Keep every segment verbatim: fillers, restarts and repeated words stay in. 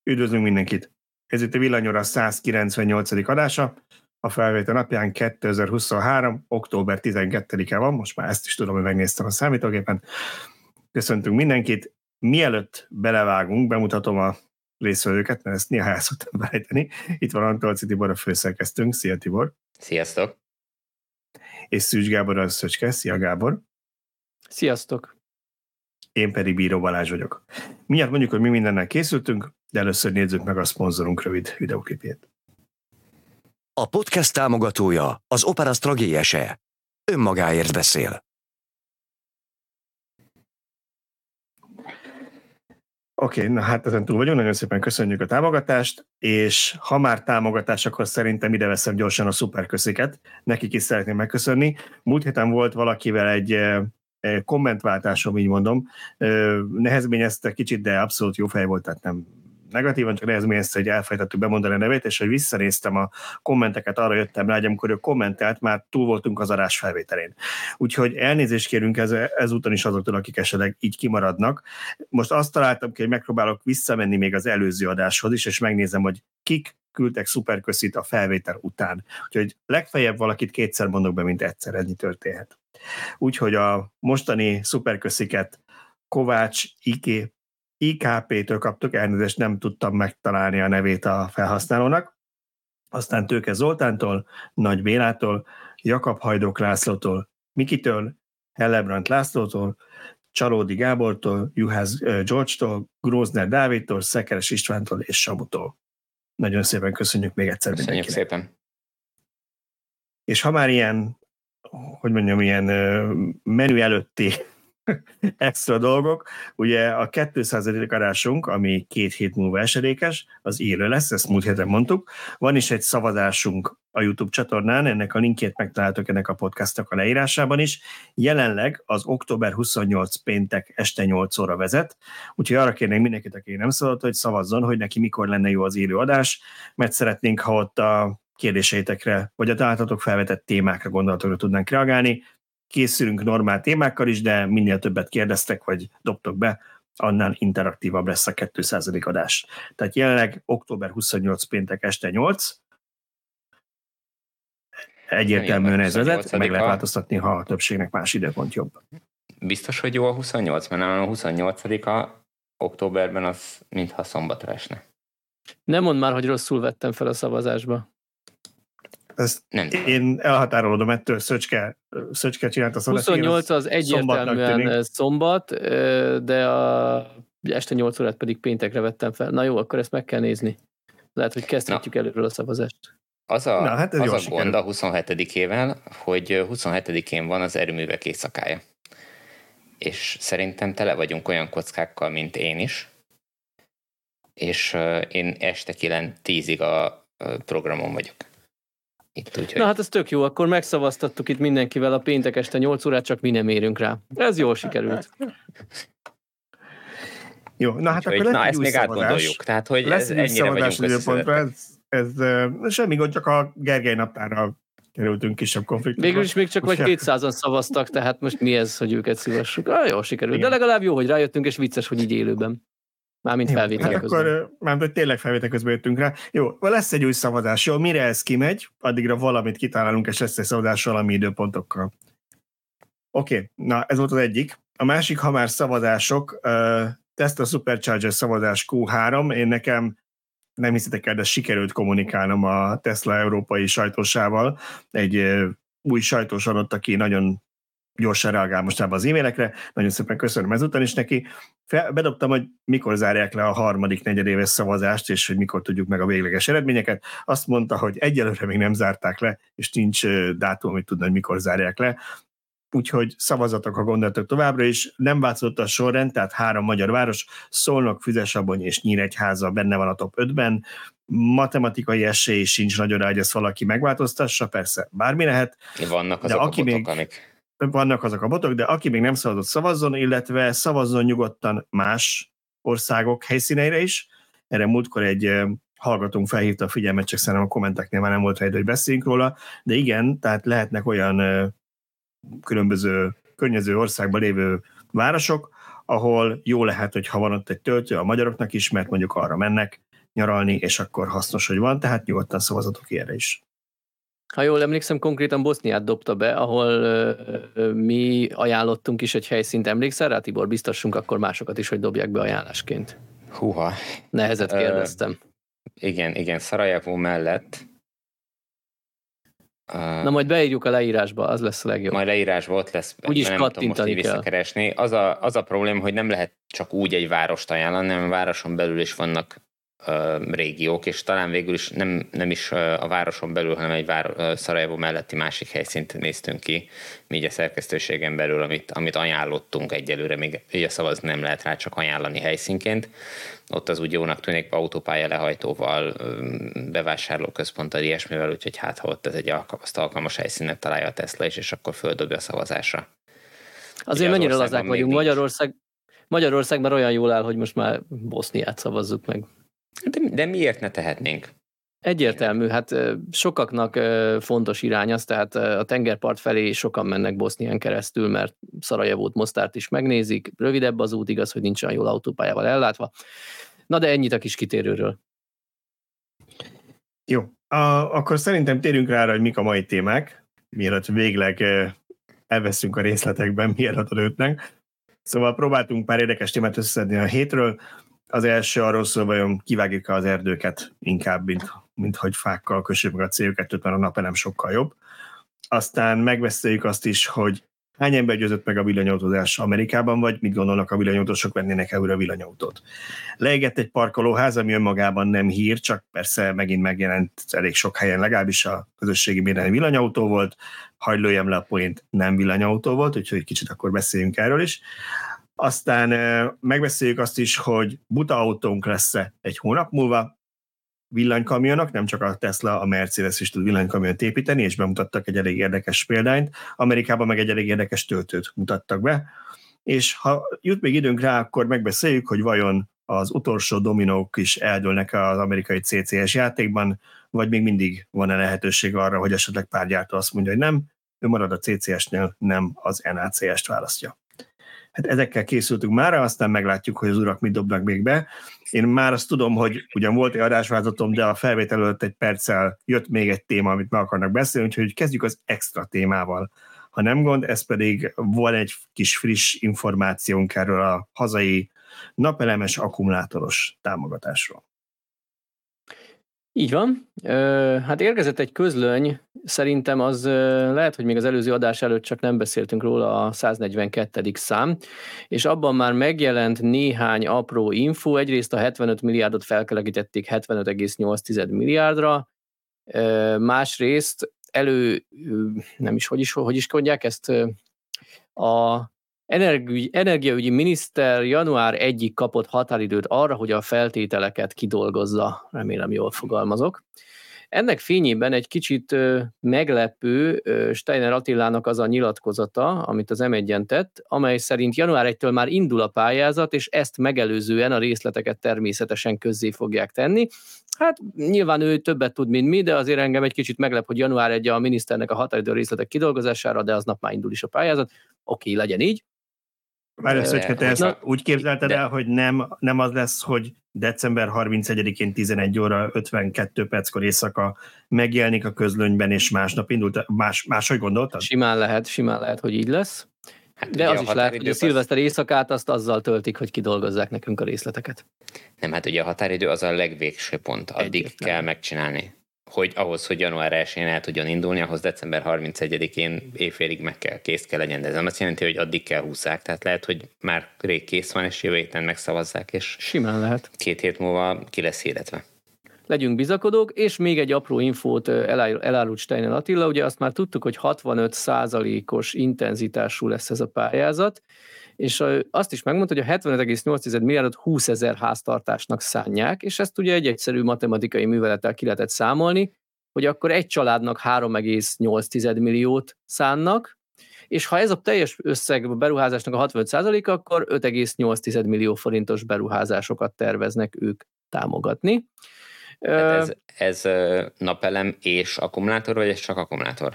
Üdvözlünk mindenkit! Ez itt a Villanyóra százkilencvennyolcadik adása. A felvétel napján kétezer-huszonhárom. október tizenkettedike van, most már ezt is tudom, hogy megnéztem a számítógépen. Köszöntünk mindenkit. Mielőtt belevágunk, bemutatom a részvevőket, mert ezt néha el szoktam felejteni. Itt van Antolci Tibor, a főszerkesztőnk. Szia Tibor! Sziasztok! És Szűcs Gábor, a Szöcske. Szia Gábor! Sziasztok! Én pedig Bíró Balázs vagyok. Mindjárt mondjuk, hogy mi mindennel készültünk, de először nézzük meg a szponzorunk rövid videóklipjét. A podcast támogatója az Opera Stragélyese. Önmagáért beszél. Oké, okay, na hát ezen túl vagyunk, nagyon szépen köszönjük a támogatást, és ha már támogatás, akkor szerintem ide veszem gyorsan a szuperkösziket. Nekik is szeretném megköszönni. Múlt héten volt valakivel egy kommentváltásom, így mondom. Nehezményezte kicsit, de abszolút jó fej volt, tehát nem negatívan, csak nehezményezte, hogy elfejtettük bemondani a nevét, és hogy visszanéztem a kommenteket, arra jöttem rá, hogy amikor ő kommentelt, már túl voltunk az adás felvételén. Úgyhogy elnézést kérünk ez, ezúton is azoktól, akik esetleg így kimaradnak. Most azt találtam ki, hogy megpróbálok visszamenni még az előző adáshoz is, és megnézem, hogy kik küldtek szuperköszit a felvétel után. Úgyhogy legfeljebb valakit kétszer mondok be, mint egyszer, ennyi történhet. Úgyhogy a mostani szuperkösziket Kovács I K P-től kaptuk, elnézést, nem tudtam megtalálni a nevét a felhasználónak. Aztán Tőke Zoltántól, Nagy Bélától, Jakab Hajdók Lászlótól, Mikitől, Hellebrand Lászlótól, Csalódi Gábortól, Juhász George-tól, Grózner Dávidtól, Szekeres Istvántól és Samutól. Nagyon szépen köszönjük még egyszer mindenkinek. Köszönjük szépen. És ha már ilyen, hogy mondjam, ilyen menü előtti extra dolgok, ugye a kétszázadik adásunk, ami két hét múlva esedékes, az élő lesz, ezt múlt héten mondtuk. Van is egy szavazásunk a YouTube csatornán, ennek a linkjét megtaláltok ennek a podcastnak a leírásában is. Jelenleg az október huszonnyolcadika péntek este nyolc óra vezet, úgyhogy arra kérnénk mindenkit, aki nem szavazott, hogy szavazzon, hogy neki mikor lenne jó az élő adás, mert szeretnénk, ha ott a kérdéseitekre, vagy a általatok felvetett témákra, gondolatokra tudnánk reagálni. Készülünk normál témákkal is, de minél többet kérdeztek, vagy dobtok be, annál interaktívabb lesz a kétszázadik adás. Tehát jelenleg október huszonnyolcadika péntek este nyolc. Egyértelműen ez vezet, meg lehet változtatni, ha a többségnek más időpont jobb. Biztos, hogy jó a huszonnyolc, mert a huszonnyolcadika októberben az mintha szombatra esne. Nem mondd már, hogy rosszul vettem fel a szavazásba. Ezt nem én elhatárolodom ettől, Szöcske, Szöcske csinálta a szavazást. huszonnyolc az egyértelműen szombat, de a este nyolc órát pedig péntekre vettem fel. Na jó, akkor ezt meg kell nézni. Lehet, hogy kezdhetjük előről a szavazást. Az a, Na, hát az a gond a huszonhetedikével, hogy huszonhetedikén van az erőművek éjszakája. És szerintem tele vagyunk olyan kockákkal, mint én is. És én este kilenc tízig a programon vagyok. Itt, úgy, Na hát ez tök jó, akkor megszavaztattuk itt mindenkivel a péntek este nyolc órát, csak mi nem érünk rá. Ez jól sikerült. Jó, na hát úgy, akkor na, ezt még átgondoljuk. Tehát, hogy lesz ez ennyire vagyunk összeszedve. Ez, ez, ez semmi gond, csak a Gergely naptára kerültünk kisebb konfliktusba. Végül is még csak vagy kétszázan szavaztak, tehát most mi ez, hogy őket szívassuk? Ah, jól sikerült, igen. De legalább jó, hogy rájöttünk, és vicces, hogy így élőben. Mármint felvétel hát közben. Akkor, mármint, hogy tényleg felvétel közben jöttünk rá. Jó, lesz egy új szavazás. Jó, mire ez kimegy, addigra valamit kitálálunk, és lesz egy szavazás valami időpontokkal. Oké, okay, na ez volt az egyik. A másik, ha már szavazások, uh, Tesla Supercharger szavazás Q három, én nekem nem hiszitek el, de sikerült kommunikálnom a Tesla európai sajtósával. Egy uh, új sajtós adott, aki nagyon gyorsan reagál mostában az e-mailekre. Nagyon szépen köszönöm ezután is neki. Fel, bedobtam, hogy mikor zárják le a harmadik negyedéves szavazást, és hogy mikor tudjuk meg a végleges eredményeket. Azt mondta, hogy egyelőre még nem zárták le, és nincs dátum, hogy tudna, hogy mikor zárják le. Úgyhogy szavazatok, ha gondoltok továbbra is. Nem változott a sorrend, tehát három magyar város, Szolnok, Füzesabony és Nyíregyháza benne van a top ötben. Matematikai esély sincs nagyon rá, hogy ezt valaki megváltoztassa, persze bármi lehet. Vannak azok a botok, még... amik... Vannak azok a botok, de aki még nem szavazott, szavazzon, illetve szavazzon nyugodtan más országok helyszíneire is. Erre múltkor egy hallgatónk felhívta a figyelmet, csak szerintem a kommenteknél már nem volt rá idő, hogy beszéljünk róla, de igen, tehát lehetnek olyan különböző környező országban lévő városok, ahol jó lehet, hogy ha van ott egy töltő a magyaroknak is, mert mondjuk arra mennek, nyaralni, és akkor hasznos, hogy van, tehát nyugodtan szavazatok erre is. Ha jól emlékszem, konkrétan Boszniát dobta be, ahol ö, ö, mi ajánlottunk is egy helyszínt. Emlékszel rá, Tibor? Biztassunk akkor másokat is, hogy dobják be ajánlásként. Húha. Nehezet kérdeztem. Uh, igen, igen, Szarajevó mellett. Uh, Na majd beírjuk a leírásba, az lesz a legjobb. Majd leírásba ott lesz, úgyis nem tudom most így visszakeresni. Az a, az a problém, hogy nem lehet csak úgy egy várost ajánlani, hanem a városon belül is vannak uh, régiók, és talán végül is nem, nem is uh, a városon belül, hanem egy váro, uh, Szarajevó melletti másik helyszínt néztünk ki, így a szerkesztőségen belül, amit, amit ajánlottunk egyelőre, még ugye szavazni nem lehet rá, csak ajánlani helyszínként. Ott az úgy jónak tűnik, autópálya lehajtóval, bevásárlóközponttal, ilyesmivel, úgyhogy hát ha ott ez egy alkalmas, alkalmas helyszínet találja a Tesla is, és akkor földobja a szavazásra. Azért ugye mennyire lazák vagyunk. Magyarország, Magyarországban olyan jól áll, hogy most már Boszniát szavazzuk meg. De, de miért ne tehetnénk? Egyértelmű, hát sokaknak fontos irány az, tehát a tengerpart felé sokan mennek Bosznián keresztül, mert Szarajevót, Mostárt is megnézik, rövidebb az út, igaz, hogy nincs olyan jól autópályával ellátva. Na de ennyit a kis kitérőről. Jó, a, akkor szerintem térjünk rá, hogy mik a mai témák, mielőtt végleg elveszünk a részletekben, mielőtt előttnek. Szóval próbáltunk pár érdekes témát összeszedni a hétről. Az első arról szól, vajon kivágjuk az erdőket inkább, mint, mint hogy fákkal kössük meg a cé o kettőt, mert a napelem sokkal jobb. Aztán megbeszéljük azt is, hogy hány ember győzött meg a villanyautózás Amerikában, vagy mit gondolnak a villanyautósok, vennének újra villanyautót. Leégett egy parkolóház, ami önmagában nem hír, csak persze megint megjelent elég sok helyen, legalábbis a közösségi médián villanyautó volt, hagyd lőjem le a poént, nem villanyautó volt, úgyhogy kicsit akkor beszéljünk erről is. Aztán megbeszéljük azt is, hogy buta autónk lesz-e egy hónap múlva, villanykamionok, nem csak a Tesla, a Mercedes is tud villanykamiont építeni, és bemutattak egy elég érdekes példányt. Amerikában meg egy elég érdekes töltőt mutattak be, és ha jut még időnk rá, akkor megbeszéljük, hogy vajon az utolsó dominók is eldőlnek az amerikai cé cé es játékban, vagy még mindig van-e lehetőség arra, hogy esetleg pár gyártó azt mondja, hogy nem, ő marad a cé cé esnél, nem az en á cé est választja. Hát ezekkel készültünk már, aztán meglátjuk, hogy az urak mit dobnak még be. Én már azt tudom, hogy ugyan volt egy adásvázatom, de a felvétel előtt egy perccel jött még egy téma, amit meg akarnak beszélni, úgyhogy kezdjük az extra témával. Ha nem gond, ez pedig van egy kis friss információnk erről a hazai napelemes akkumulátoros támogatásról. Így van. Hát érkezett egy közlöny, szerintem az lehet, hogy még az előző adás előtt csak nem beszéltünk róla, a száznegyvenkettedik szám, és abban már megjelent néhány apró info. Egyrészt a hetvenöt milliárdot felkelegítették hetvenöt egész nyolc milliárdra, másrészt elő, nem is, hogy is, hogy is mondják ezt, a Energi, energiaügyi miniszter január elsejéig kapott határidőt arra, hogy a feltételeket kidolgozza, remélem jól fogalmazok. Ennek fényében egy kicsit meglepő Steiner Attilának az a nyilatkozata, amit az em egyen tett, amely szerint január elsejétől már indul a pályázat, és ezt megelőzően a részleteket természetesen közzé fogják tenni. Hát nyilván ő többet tud, mint mi, de azért engem egy kicsit meglep, hogy január elsején a miniszternek a határidő részletek kidolgozására, de aznap már indul is a pályázat. Oké, legyen így. Várj, hogy te ezt úgy képzelted de, el, hogy nem, nem az lesz, hogy december harmincegyedikén tizenegy óra ötvenkettő perckor éjszaka megjelenik a közlönyben, és másnap indult, más, máshogy gondoltad? Simán lehet, simán lehet, hogy így lesz. Hát de az is lehet, hogy a szilveszter az... éjszakát azt azzal töltik, hogy kidolgozzák nekünk a részleteket. Nem, hát ugye a határidő az a legvégső pont, addig Egyetlen. kell megcsinálni. Hogy ahhoz, hogy január elsején el tudjon indulni, ahhoz december harmincegyedikén éjfélig meg kell, kész kell legyen, de ez nem azt jelenti, hogy addig kell húzzák, tehát lehet, hogy már rég kész van, és jövő héten megszavazzák, és simán lehet. Két hét múlva ki lesz hirdetve. Legyünk bizakodók, és még egy apró infót elárult Steiner Attila, ugye azt már tudtuk, hogy hatvanöt százalékos intenzitású lesz ez a pályázat, és azt is megmondta, hogy a hetvenöt egész nyolc milliárdot húszezer háztartásnak szánják, és ezt ugye egy egyszerű matematikai művelettel ki lehetett számolni, hogy akkor egy családnak három egész nyolc milliót szánnak, és ha ez a teljes összeg a beruházásnak a hatvanöt százaléka, akkor öt egész nyolc millió forintos beruházásokat terveznek ők támogatni. Ez, ez napelem és akkumulátor, vagy ez csak akkumulátor?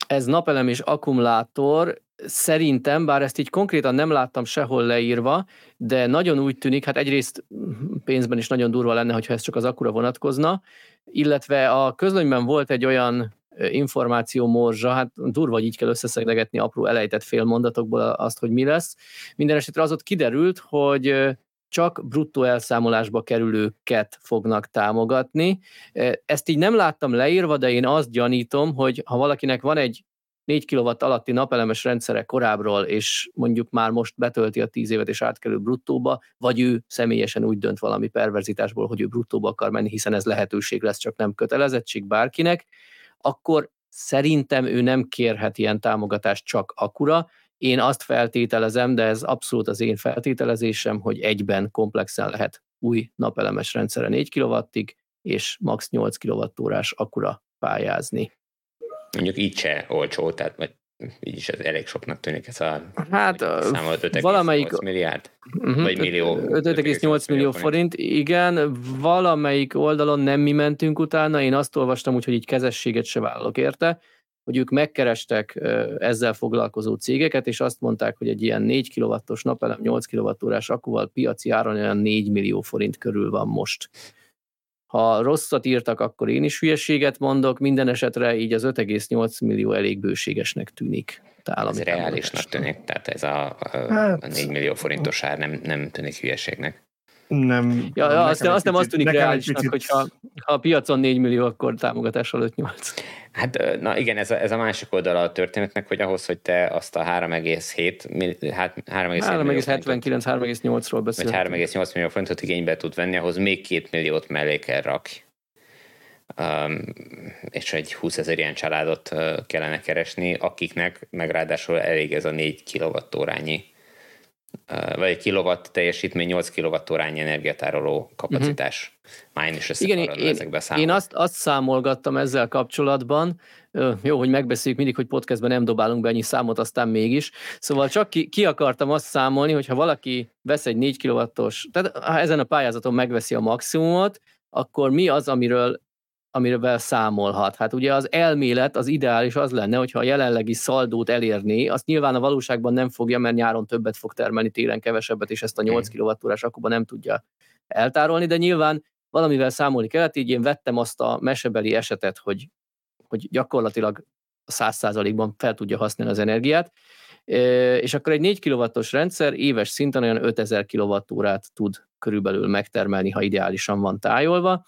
Ez napelem és akkumulátor, szerintem, bár ezt így konkrétan nem láttam sehol leírva, de nagyon úgy tűnik, hát egyrészt pénzben is nagyon durva lenne, hogyha ez csak az akkura vonatkozna, illetve a közlönyben volt egy olyan információ morzsa, hát durva, hogy így kell összeszeglegetni apró elejtett félmondatokból azt, hogy mi lesz. Minden esetre az ott kiderült, hogy csak bruttó elszámolásba kerülőket fognak támogatni. Ezt így nem láttam leírva, de én azt gyanítom, hogy ha valakinek van egy négy kilowatt alatti napelemes rendszere korábbról, és mondjuk már most betölti a tíz évet és átkerül bruttóba, vagy ő személyesen úgy dönt valami perverzitásból, hogy ő bruttóba akar menni, hiszen ez lehetőség lesz, csak nem kötelezettség bárkinek, akkor szerintem ő nem kérhet ilyen támogatást csak akkura. Én azt feltételezem, de ez abszolút az én feltételezésem, hogy egyben komplexen lehet új napelemes rendszere négy kilowattig, és max. nyolc kilowattórás akkura pályázni. Mondjuk így se olcsó, tehát vagy így is ez elég soknak tűnik ez a hát, számolt öt egész valamelyik nyolc milliárd, uh-huh, vagy millió. öt egész nyolc millió forint, igen, valamelyik oldalon nem mi mentünk utána, én azt olvastam úgy, hogy így kezességet se vállalok érte, hogy ők megkerestek ezzel foglalkozó cégeket, és azt mondták, hogy egy ilyen négy kilowattos napelem, nyolc kilowattórás akkuval piaci áron olyan négy millió forint körül van most. Ha rosszat írtak, akkor én is hülyeséget mondok, minden esetre így az öt egész nyolc millió elég bőségesnek tűnik. Ez reálisnak tűnik, tehát ez a, a, hát, a négy millió forintos ár nem, nem tűnik hülyeségnek. Nem. Ja, ja, azt, azt nem azt tűnik reálisnak, picit... hogyha ha a piacon négy millió, akkor támogatással öt nyolc. Hát na igen, ez a, ez a másik oldala a történetnek, hogy ahhoz, hogy te azt a három egész hét, hát három egész hetvenkilenc három egész nyolcról beszélünk. Vagy három egész nyolc millió forintot igénybe tud venni, ahhoz még két milliót mellé kell rakni. Um, és egy húszezer ilyen családot uh, kellene keresni, akiknek meg ráadásul elég ez a négy kilowattórányi Uh, vagy egy kilowatt teljesítmény, nyolc kilowattórányi energiatároló kapacitás. Uh-huh. Már én is összefoglalom ezekbe a számok. Én azt, azt számolgattam ezzel kapcsolatban, uh, jó, hogy megbeszéljük mindig, hogy podcastben nem dobálunk be ennyi számot, aztán mégis. Szóval csak ki, ki akartam azt számolni, hogy ha valaki vesz egy négy kilowattos, tehát ha ezen a pályázaton megveszi a maximumot, akkor mi az, amiről amiről számolhat. Hát ugye az elmélet, az ideális az lenne, hogyha a jelenlegi szaldót elérné, azt nyilván a valóságban nem fogja, mert nyáron többet fog termelni, télen kevesebbet, és ezt a nyolc kilowattórás akkuban nem tudja eltárolni, de nyilván valamivel számolni kellett, így én vettem azt a mesebeli esetet, hogy, hogy gyakorlatilag a száz százalékban fel tudja használni az energiát, és akkor egy négy kilowattos rendszer éves szinten olyan ötezer kilowattórát tud körülbelül megtermelni, ha ideálisan van tájolva.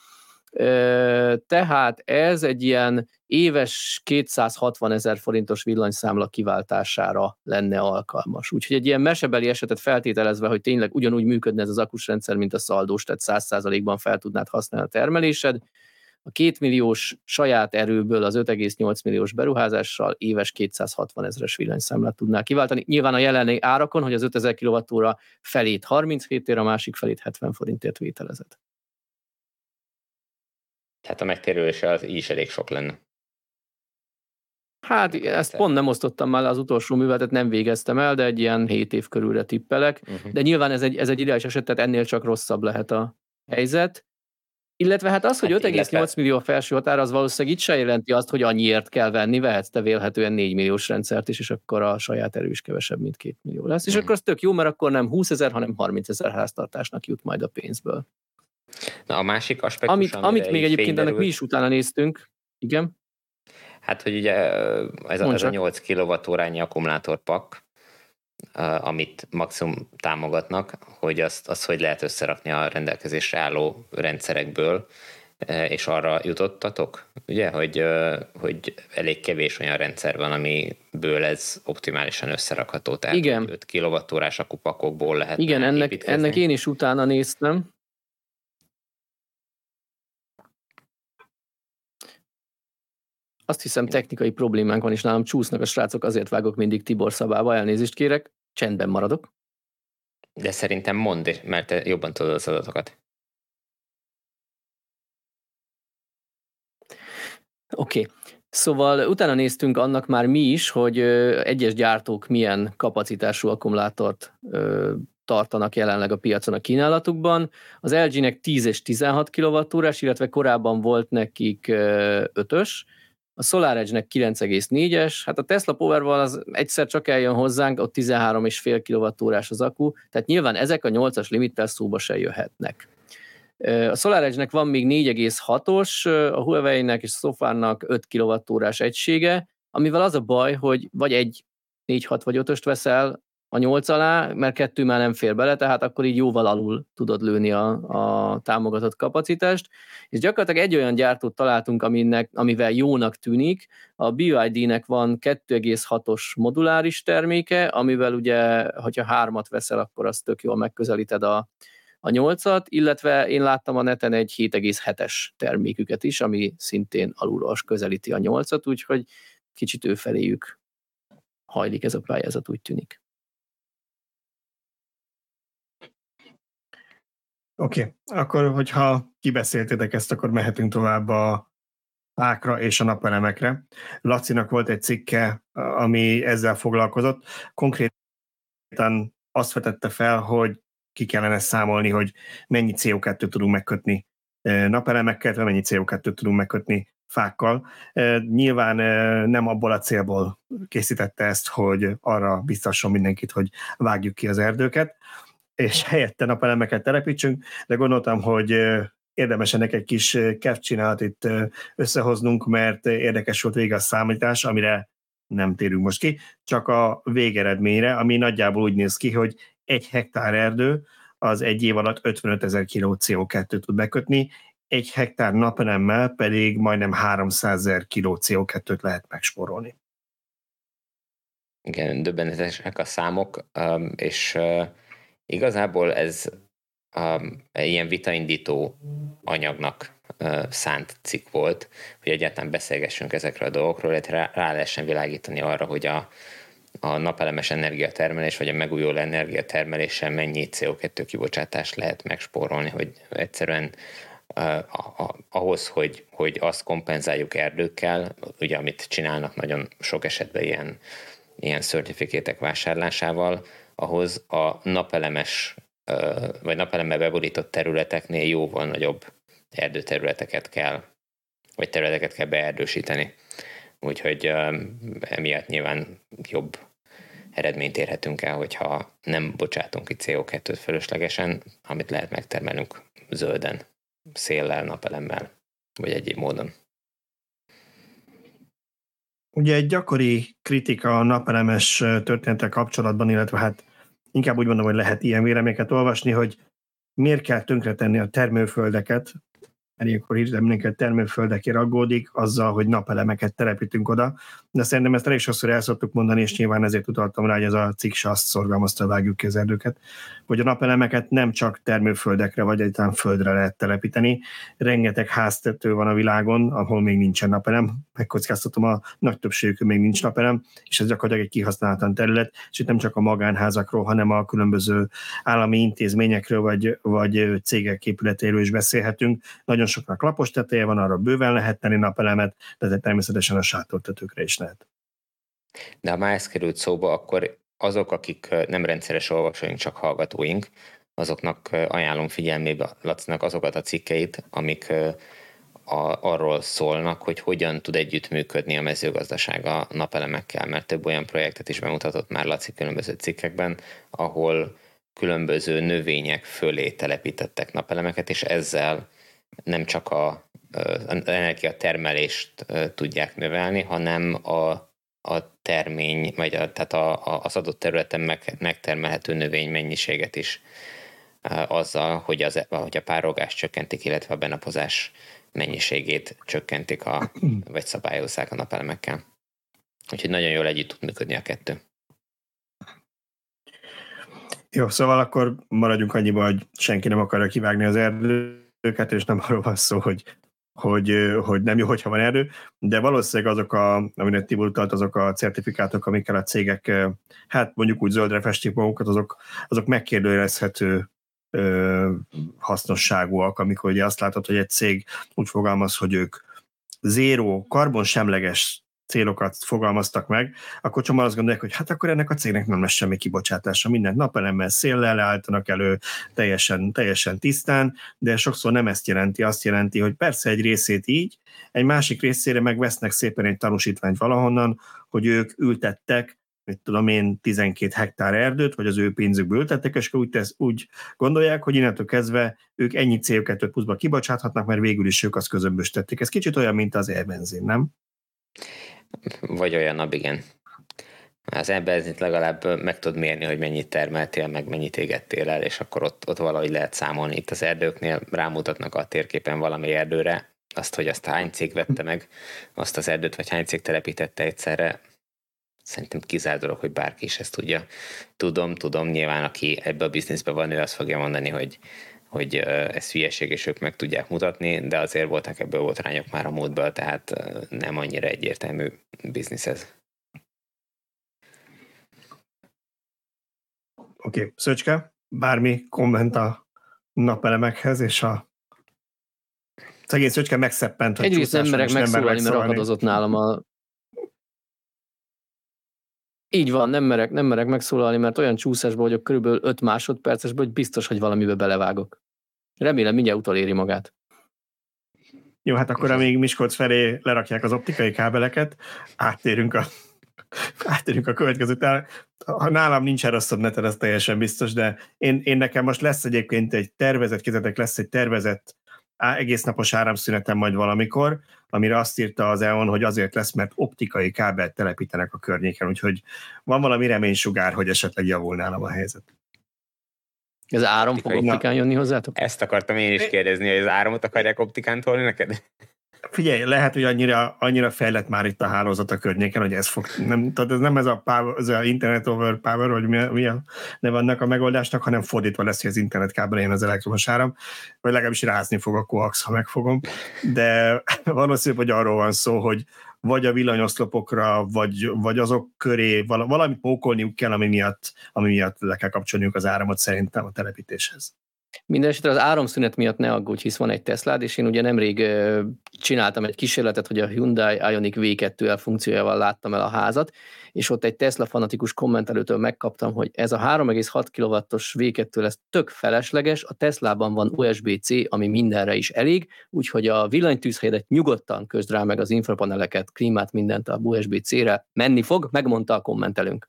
Tehát ez egy ilyen éves kétszázhatvan ezer forintos villanyszámla kiváltására lenne alkalmas. Úgyhogy egy ilyen mesebeli esetet feltételezve, hogy tényleg ugyanúgy működne ez az akkusrendszer, mint a szaldós, tehát száz százalékban fel tudnád használni a termelésed, a két milliós saját erőből az öt egész nyolc milliós beruházással éves kétszázhatvan ezeres villanyszámlát tudnál kiváltani. Nyilván a jelenlegi árakon, hogy az ötezer kilowattóra felét harminchét ér, a másik felét hetven forintért vételezett. Tehát a megtérülése az így is elég sok lenne. Hát ezt Te. pont nem osztottam már, az utolsó műveletet nem végeztem el, de egy ilyen hét év körülre tippelek. Uh-huh. De nyilván ez egy, ez egy ideális eset, tehát ennél csak rosszabb lehet a helyzet. Illetve hát az, hogy hát öt egész nyolc illetve... millió a felső határ, az valószínűleg itt se jelenti azt, hogy annyiért kell venni, vehetsz te vélhetően négy milliós rendszert is, és akkor a saját erő is kevesebb, mint két millió lesz. És uh-huh. akkor az tök jó, mert akkor nem húszezer, hanem harmincezer háztartásnak jut majd a pénzből. Na a másik aspektus, amit, amit még egyébként ennek mi is utána néztünk, igen. Hát, hogy ugye ez a, ez a nyolc kilowattórányi akkumulátorpak, amit maximum támogatnak, hogy azt, azt hogy lehet összerakni a rendelkezésre álló rendszerekből, és arra jutottatok, ugye, hogy, hogy elég kevés olyan rendszer van, amiből ez optimálisan összerakható, tehát igen. öt kilowattórás akkupakokból lehet igen, ennek, ennek én is utána néztem. Azt hiszem, technikai problémánk van, és nálam csúsznak a srácok, azért vágok mindig Tibor szabába, elnézést kérek, csendben maradok. De szerintem mondd, mert te jobban tudod az adatokat. Oké, okay. Szóval utána néztünk annak már mi is, hogy egyes gyártók milyen kapacitású akkumulátort tartanak jelenleg a piacon a kínálatukban. Az el gé-nek tíz és tizenhat kilowattórás, illetve korábban volt nekik ötös, a SolarEdge-nek kilenc egész négyes, hát a Tesla Powerwall az egyszer csak eljön hozzánk, ott tizenhárom egész öt kilowattórás az akku, tehát nyilván ezek a nyolcas limittel szóba se jöhetnek. A SolarEdge-nek van még négy egész hatos, a Huawei-nek és a Sofarnak öt kilowattórás egysége, amivel az a baj, hogy vagy egy négy hat vagy ötöst veszel a nyolc alá, mert kettő már nem fér bele, tehát akkor így jóval alul tudod lőni a, a támogatott kapacitást, és gyakorlatilag egy olyan gyártót találtunk, aminek, amivel jónak tűnik, a bé yu i dé-nek van kettő egész hatos moduláris terméke, amivel ugye, hogyha hármat veszel, akkor az tök jól megközelíted a, a nyolcat, illetve én láttam a neten egy hét egész hetes terméküket is, ami szintén alulról közelíti a nyolcat, úgyhogy kicsit őfeléjük hajlik ez a pályázat, úgy tűnik. Oké, okay. Akkor, hogyha kibeszéltétek ezt, akkor mehetünk tovább a fákra és a napelemekre. Lacinak volt egy cikke, ami ezzel foglalkozott. Konkrétan azt vetette fel, hogy ki kellene számolni, hogy mennyi cé o kettőt tudunk megkötni napelemekkel, vagy mennyi cé o kettőt tudunk megkötni fákkal. Nyilván nem abból a célból készítette ezt, hogy arra biztasson mindenkit, hogy vágjuk ki az erdőket, és helyette napelemeket telepítsünk, de gondoltam, hogy érdemes ennek egy kis kevcsinálat itt összehoznunk, mert érdekes volt végig a számítás, amire nem térünk most ki, csak a végeredményre, ami nagyjából úgy néz ki, hogy egy hektár erdő az egy év alatt ötvenöt ezer kiló cé o kettőt tud bekötni, egy hektár napelemmel pedig majdnem háromszázezer kiló cé o kettőt lehet megspórolni. Igen, döbbenetesek a számok, és igazából ez ilyen vitaindító anyagnak szánt cikk volt, hogy egyáltalán beszélgessünk ezekről a dolgokról, illetve rá, rá lehessen világítani arra, hogy a, a napelemes energiatermelés, vagy a megújuló energiatermeléssel mennyi cé o kettő kibocsátást lehet megspórolni, hogy egyszerűen ahhoz, hogy, hogy azt kompenzáljuk erdőkkel, ugye amit csinálnak nagyon sok esetben ilyen, ilyen certifikétek vásárlásával, ahhoz a napelemes vagy napelemmel beborított területeknél jóval nagyobb erdőterületeket kell, vagy területeket kell beerdősíteni. Úgyhogy emiatt nyilván jobb eredményt érhetünk el, hogyha nem bocsátunk ki cé o kettőt fölöslegesen, amit lehet megtermelnünk zölden, széllel, napelemmel, vagy egyéb módon. Ugye egy gyakori kritika a napelemes történettel kapcsolatban, illetve hát inkább úgy mondom, hogy lehet ilyen véleményeket olvasni, hogy miért kell tönkretenni a termőföldeket, mert ilyenkor hirtelen mindenki termőföldekért aggódik azzal, hogy napelemeket telepítünk oda, de szerintem ezt elég sokszor el szoktuk mondani, és nyilván ezért utaltam rá, hogy ez a cikk se azt szorgalmazta, vágjuk ki az erdőket, hogy a napelemeket nem csak termőföldekre vagy egyáltalán földre lehet telepíteni. Rengeteg háztető van a világon, ahol még nincsen napelem, megkockáztatom, a nagy többségükön még nincs napelem, és ez gyakorlatilag egy kihasználatlan terület, és itt nem csak a magánházakról, hanem a különböző állami intézményekről vagy, vagy cégek épületéről is beszélhetünk. Nagyon soknak lapos teteje van, arra bőven lehet tenni napelemet, de természetesen a sátortetőkre is lehet. De ha már ez került szóba, akkor azok, akik nem rendszeres olvasóink, csak hallgatóink, azoknak ajánlom figyelmébe Lacinak azokat a cikkeit, amik a, arról szólnak, hogy hogyan tud együttműködni a mezőgazdaság a napelemekkel, mert több olyan projektet is bemutatott már Laci különböző cikkekben, ahol különböző növények fölé telepítettek napelemeket, és ezzel nem csak a, az energiatermelést tudják növelni, hanem a, a termény, vagy a, tehát a, a, az adott területen meg, megtermelhető növény mennyiséget is azzal, hogy, az, hogy a párogást csökkentik, illetve a benapozás mennyiségét csökkentik, a, vagy szabályozzák a napelemekkel. Úgyhogy nagyon jól együtt tud működni a kettő. Jó, szóval akkor maradjunk annyiba, hogy senki nem akarja kivágni az erdőket, és nem arról van szó, hogy, hogy, hogy nem jó, hogyha van erdő, de valószínűleg azok, a, amire Tibor utalt, azok a certifikátok, amikkel a cégek, hát mondjuk úgy zöldre festik magukat, azok, azok megkérdőjelezhető ö, hasznosságúak, amikor ugye azt látod, hogy egy cég úgy fogalmaz, hogy ők zéró, karbonsemleges célokat fogalmaztak meg, akkor csomóan azt gondolják, hogy hát akkor ennek a cégnek nem lesz semmi kibocsátása. Minden napelemmel, széllel állítanak elő teljesen, teljesen tisztán, de sokszor nem ezt jelenti, azt jelenti, hogy persze egy részét így, egy másik részére meg vesznek szépen egy tanúsítványt valahonnan, hogy ők ültettek, mit tudom én, tizenkét hektár erdőt, vagy az ő pénzükből ültettek, és úgy, tesz, úgy gondolják, hogy innentől kezdve ők ennyi cé o kettő pluszba kibocsáthatnak, mert végül is ők azt közömböstették. Ez kicsit olyan, mint az e-benzin, nem? Vagy olyanabb, igen. Az e-benzint legalább meg tud mérni, hogy mennyit termeltél, meg mennyit égettél el, és akkor ott, ott valahogy lehet számolni. Itt az erdőknél rámutatnak a térképen valami erdőre, azt, hogy azt hány cég vette meg, azt az erdőt, vagy hány cég telepítette egyszerre. Szerintem kizárt dolog, hogy bárki is ezt tudja. Tudom, tudom, nyilván aki ebbe a bizniszben van, ő azt fogja mondani, hogy, hogy ez hülyeség, és ők meg tudják mutatni, de azért voltak ebből botrányok már a múltból, tehát nem annyira egyértelmű biznisz ez. Oké, okay. Szöcske, bármi komment a napelemekhez, és a szegény Szöcske megszeppent, hogy egyrészt nem merek megszólalni, mert akadozott nálam a... Így van, nem merek, nem merek megszólalni, mert olyan csúszásban vagyok körülbelül öt másodpercesben, hogy biztos, hogy valamibe belevágok. Remélem, mindjárt utoléri magát. Jó, hát akkor amíg Miskolc felé lerakják az optikai kábeleket, áttérünk a, áttérünk a következő tár. Ha nálam nincs rosszabb neten, ez teljesen biztos, de én, én nekem most lesz egyébként egy tervezett, kézzetek lesz egy tervezett egész napos áramszünetem majd valamikor, amire azt írta az e on, hogy azért lesz, mert optikai kábelt telepítenek a környéken, úgyhogy van valami reménysugár, hogy esetleg javul nálam a helyzet. Ez áram fog optikán jönni hozzátok? Ezt akartam én is kérdezni, hogy az áramot akarják optikán tolni neked? Figyelj, lehet, hogy annyira, annyira fejlett már itt a hálózat a környéken, hogy ez fog, nem, tehát ez nem ez a, power, ez a internet over power, vagy mi, mi a neve annak a megoldásnak, hanem fordítva lesz, hogy az internet kábelén az elektromos áram, vagy legalábbis rázni fog a coax, ha megfogom. De valószínűleg, hogy arról van szó, hogy vagy a villanyoszlopokra, vagy, vagy azok köré valami pókolniuk kell, ami miatt, ami miatt le kell kapcsolniuk az áramot szerintem a telepítéshez. Mindenesetre az áramszünet miatt ne aggódj, hisz van egy Teslád, és én ugye nemrég ö, csináltam egy kísérletet, hogy a Hyundai Ioniq vé kettő el funkciójával láttam el a házat, és ott egy Tesla fanatikus kommentelőtől megkaptam, hogy ez a három egész hat kilowattos vé kettő lesz tök felesleges, a Teslában van u es bé cé, ami mindenre is elég, úgyhogy a villanytűzhelyedet nyugodtan közd rá meg az infrapaneleket, klímát, mindent a u es bé cére, menni fog, megmondta a kommentelőnk.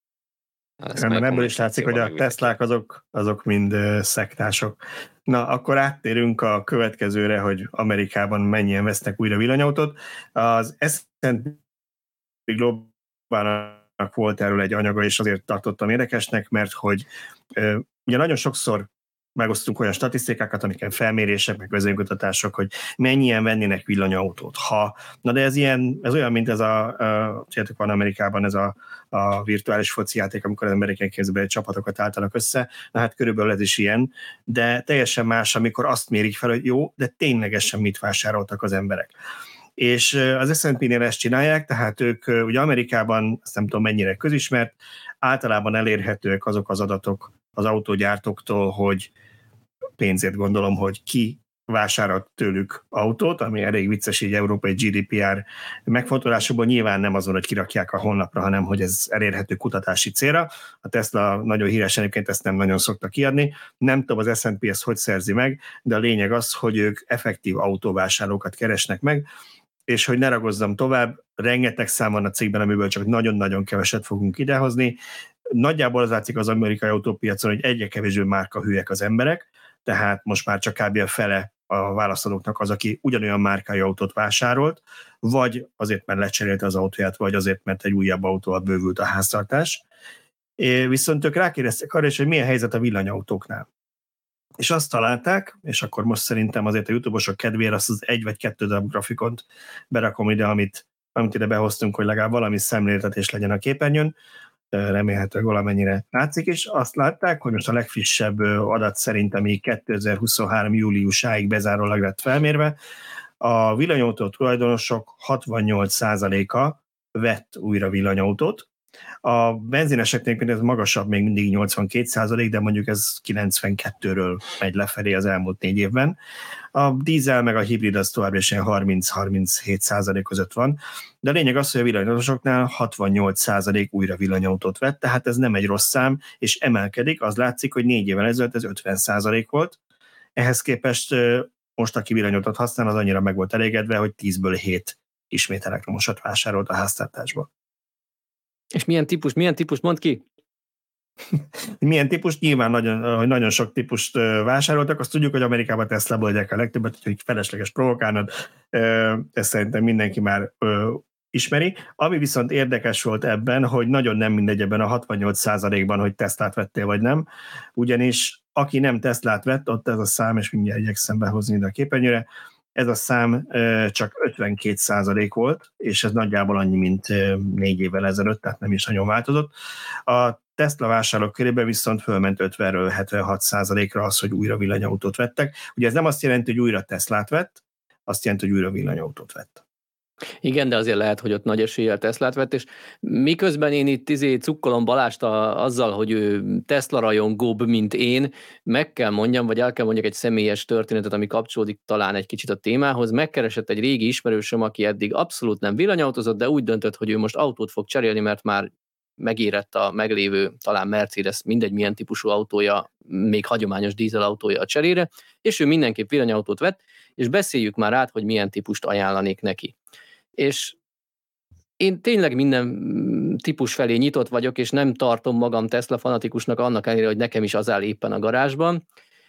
Nem, ebből is látszik, hogy a Teslák azok, azok mind uh, szektások. Na, akkor áttérünk a következőre, hogy Amerikában mennyien vesznek újra villanyautót. Az es and pé Globálnak volt erről egy anyaga, és azért tartottam érdekesnek, mert hogy uh, ugye nagyon sokszor megosztunk olyan statisztikákat, amiken felmérések, meg közönkutatások, hogy mennyien vennének villanyautót. Ha, na de ez ilyen, ez olyan, mint ez a, tudjátok, van Amerikában ez a, a virtuális foci játék, amikor az amerikai kézbe csapatokat álltanak össze, na hát körülbelül ez is ilyen, de teljesen más, amikor azt mérik fel, hogy jó, de ténylegesen mit vásároltak az emberek. És az es and pé-nél ezt csinálják, tehát ők ugye Amerikában, azt nem tudom mennyire közismert, általában elérhetőek azok az adatok az autógyártóktól, hogy pénzért gondolom, hogy ki vásárolt tőlük autót, ami elég vicces így európai gé dé pé er megfontolásokból, nyilván nem azon, hogy kirakják a honlapra, hanem hogy ez elérhető kutatási célra. A Tesla nagyon híres, egyébként ezt nem nagyon szokta kiadni. Nem tudom, az es and pé ezt hogy szerzi meg, de a lényeg az, hogy ők effektív autóvásárlókat keresnek meg, és hogy ne ragozzam tovább, rengeteg szám van a cégben, amiből csak nagyon-nagyon keveset fogunk idehozni. Nagyjából az látszik az amerikai autópiacon, hogy egyre kevésbé márkahűek az emberek, tehát most már csak kb. A fele a válaszadóknak az, aki ugyanolyan márkájú autót vásárolt, vagy azért, mert lecserélte az autóját, vagy azért, mert egy újabb autóval bővült a háztartás. É, viszont ők rákérdeztek arra is, hogy milyen helyzet a villanyautóknál. És azt találták, és akkor most szerintem azért a YouTube-osok kedvére azt az egy vagy kettő darab grafikont berakom ide, amit, amit ide behoztunk, hogy legalább valami szemléltetés legyen a képernyőn, remélhetőleg valamennyire látszik, és azt látták, hogy most a legfrissebb adat szerint, ami kétezer-huszonhárom júliusáig bezárólag lett felmérve, a villanyautó tulajdonosok hatvannyolc százaléka vett újra villanyautót, A benzineseknél ez magasabb, még mindig nyolcvankét százalék, de mondjuk ez kilencvenkettőről megy lefelé az elmúlt négy évben. A dízel meg a hibrid az továbbra is ilyen harminc-harminchét százalék között van, de a lényeg az, hogy a villanyautósoknál hatvannyolc százalék újra villanyautót vett, tehát ez nem egy rossz szám, és emelkedik, az látszik, hogy négy évvel ezelőtt ez ötven százalék volt. Ehhez képest most, aki villanyautót használ, az annyira meg volt elégedve, hogy tízből hét ismét elektromosat vásárolt a háztartásba. És milyen típus, milyen típus, mondd ki? Milyen típus? Nyilván nagyon, hogy nagyon sok típust vásároltak, azt tudjuk, hogy Amerikában Tesla-ból adják a legtöbbet, hogy felesleges provokálnod, ezt szerintem mindenki már ismeri. Ami viszont érdekes volt ebben, hogy nagyon nem mindegy ebben a hatvannyolc százalékban, hogy Teslát vettél vagy nem, ugyanis aki nem Teslát vett, ott ez a szám, és mindjárt igyekszem behozni ide a képernyőre, ez a szám csak ötvenkét százalék volt, és ez nagyjából annyi, mint négy évvel ezelőtt, tehát nem is nagyon változott. A Tesla vásárlók körében viszont fölment ötvenről hetvenhat százalékra az, hogy újra villanyautót vettek. Ugye ez nem azt jelenti, hogy újra Teslát vett, azt jelenti, hogy újra villanyautót vett. Igen, de azért lehet, hogy ott nagy eséllyel Teslát vett, és miközben én itt izé cukkolom Balást a, azzal, hogy ő Tesla rajongóbb, mint én, meg kell mondjam, vagy el kell mondjak egy személyes történetet, ami kapcsolódik talán egy kicsit a témához. Megkeresett egy régi ismerősöm, aki eddig abszolút nem villanyautózott, de úgy döntött, hogy ő most autót fog cserélni, mert már megérett a meglévő, talán Mercedes, mindegy milyen típusú autója, még hagyományos dízelautója a cserére, és ő mindenképp villanyautót vett, és beszéljük már át, hogy milyen típust ajánlanék neki. És én tényleg minden típus felé nyitott vagyok, és nem tartom magam Tesla fanatikusnak annak ellenére, hogy nekem is az áll éppen a garázsban.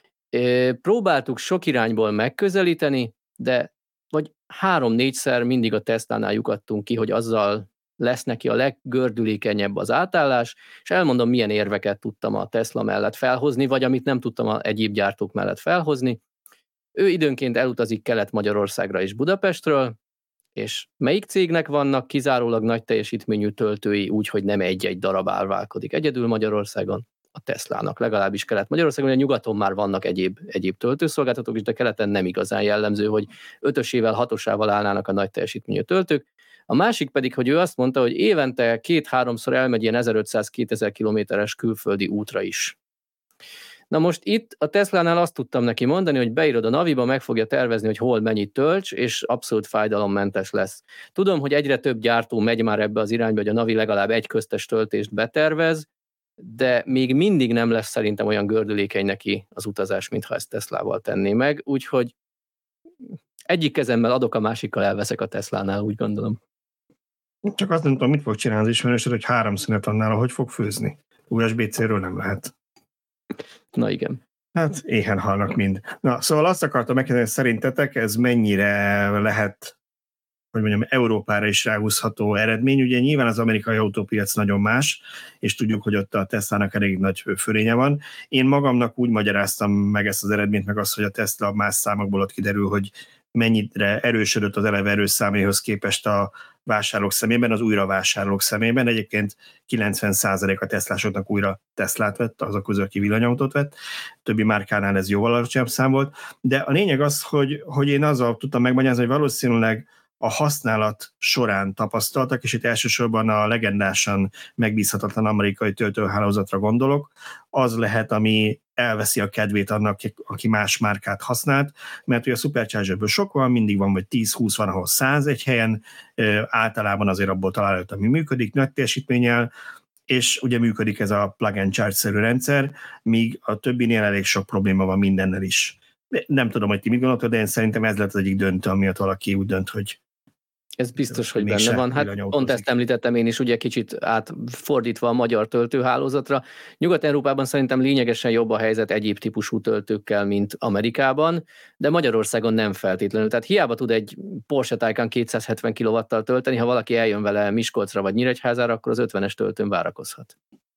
Próbáltuk sok irányból megközelíteni, de vagy három-négyszer mindig a Teslánál lyukadtunk ki, hogy azzal lesz neki a leggördülékenyebb az átállás, és elmondom, milyen érveket tudtam a Tesla mellett felhozni, vagy amit nem tudtam a egyéb gyártók mellett felhozni. Ő időnként elutazik Kelet-Magyarországra és Budapestről, és melyik cégnek vannak kizárólag nagy teljesítményű töltői, úgyhogy nem egy-egy darab árválkodik egyedül Magyarországon? A Teslának, legalábbis Kelet-Magyarországon, ugye nyugaton már vannak egyéb, egyéb töltőszolgáltatók is, de keleten nem igazán jellemző, hogy ötösével, hatosával állnának a nagy teljesítményű töltők. A másik pedig, hogy ő azt mondta, hogy évente két-háromszor elmegy ilyen ezerötszáz-kétezer kilométeres külföldi útra is. Na most itt a Teslánál azt tudtam neki mondani, hogy beírod a Naviba, meg fogja tervezni, hogy hol mennyit tölts, és abszolút fájdalommentes lesz. Tudom, hogy egyre több gyártó megy már ebbe az irányba, hogy a Navi legalább egy köztes töltést betervez, de még mindig nem lesz szerintem olyan gördülékeny neki az utazás, mintha ezt Teslával tenné meg, úgyhogy egyik kezemmel adok, a másikkal elveszek a Teslánál, úgy gondolom. Csak azt nem tudom, mit fog csinálni az ismerősöd, hogy három szünet annál, hogy fog főzni. u es bé cé-ről nem lehet. Na igen. Hát éhen halnak mind. Na, szóval azt akartam megkérdezni, szerintetek ez mennyire lehet, hogy mondjam, Európára is ráhúzható eredmény. Ugye nyilván az amerikai autópiac nagyon más, és tudjuk, hogy ott a Teslának elég nagy fölénye van. Én magamnak úgy magyaráztam meg ezt az eredményt, meg azt, hogy a Tesla más számokból ott kiderül, hogy mennyire erősödött az eleve erős száméhoz képest a vásárlók szemében, az újravásárlók szemében. Egyébként kilencven százalék a Teslásoknak újra Teslát vett, azok közül, aki villanyautót vett. Többi márkánál ez jóval alacsonyabb szám volt. De a lényeg az, hogy, hogy én azzal tudtam megmagyarázni, hogy valószínűleg a használat során tapasztaltak, és itt elsősorban a legendásan megbízhatatlan amerikai töltőhálózatra gondolok, az lehet, ami elveszi a kedvét annak, aki más márkát használt, mert ugye a Superchargerből sok van, mindig van, vagy tíz-húsz van, ahol száz egy helyen, általában azért abból található, ami működik, nagy teljesítménnyel, és ugye működik ez a plug-and-charge-szerű rendszer, míg a többinél elég sok probléma van mindennel is. Nem tudom, hogy ti mit gondoltad, de én szerintem ez lett az egyik döntő, amiatt valaki úgy dönt, hogy ez biztos, hogy benne van. Hát pont ezt említettem én is, ugye kicsit átfordítva a magyar töltőhálózatra. Nyugat-Európában szerintem lényegesen jobb a helyzet egyéb típusú töltőkkel, mint Amerikában, de Magyarországon nem feltétlenül. Tehát hiába tud egy Porsche Taycan kétszázhetven kilowatttal tölteni, ha valaki eljön vele Miskolcra vagy Nyíregyházára, akkor az ötvenes töltőn várakozhat.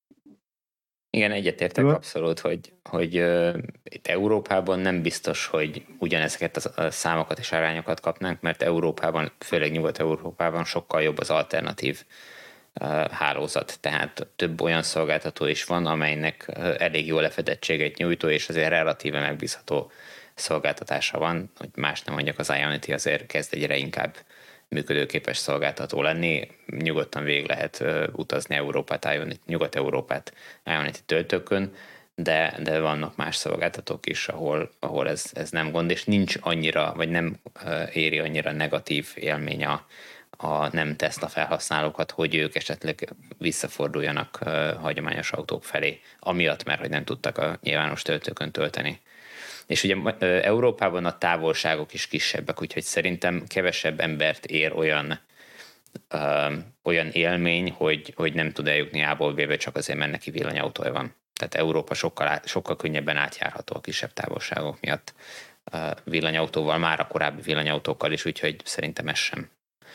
Igen, egyetértek abszolút, hogy, hogy uh, itt Európában nem biztos, hogy ugyanezeket a számokat és arányokat kapnánk, mert Európában, főleg Nyugat-Európában sokkal jobb az alternatív uh, hálózat. Tehát több olyan szolgáltató is van, amelynek uh, elég jó lefedettséget nyújtó, és azért relatíve megbízható szolgáltatása van, hogy más nem mondjak, az Ionity azért kezd egyre inkább működőképes szolgáltató lenni. Nyugodtan végig lehet utazni Európát, Nyugat-Európát Ionity töltőkön, de, de vannak más szolgáltatók is, ahol, ahol ez, ez nem gond, és nincs annyira, vagy nem éri annyira negatív élmény a, a nem Tesla felhasználókat, hogy ők esetleg visszaforduljanak hagyományos autók felé, amiatt, mert hogy nem tudtak a nyilvános töltőkön tölteni. És ugye Európában a távolságok is kisebbek, úgyhogy szerintem kevesebb embert ér olyan, ö, olyan élmény, hogy, hogy nem tud eljutni A-ból B-be csak azért, mert neki villanyautója van. Tehát Európa sokkal, át, sokkal könnyebben átjárható a kisebb távolságok miatt ö, villanyautóval, már a korábbi villanyautókkal is, úgyhogy szerintem ez sem,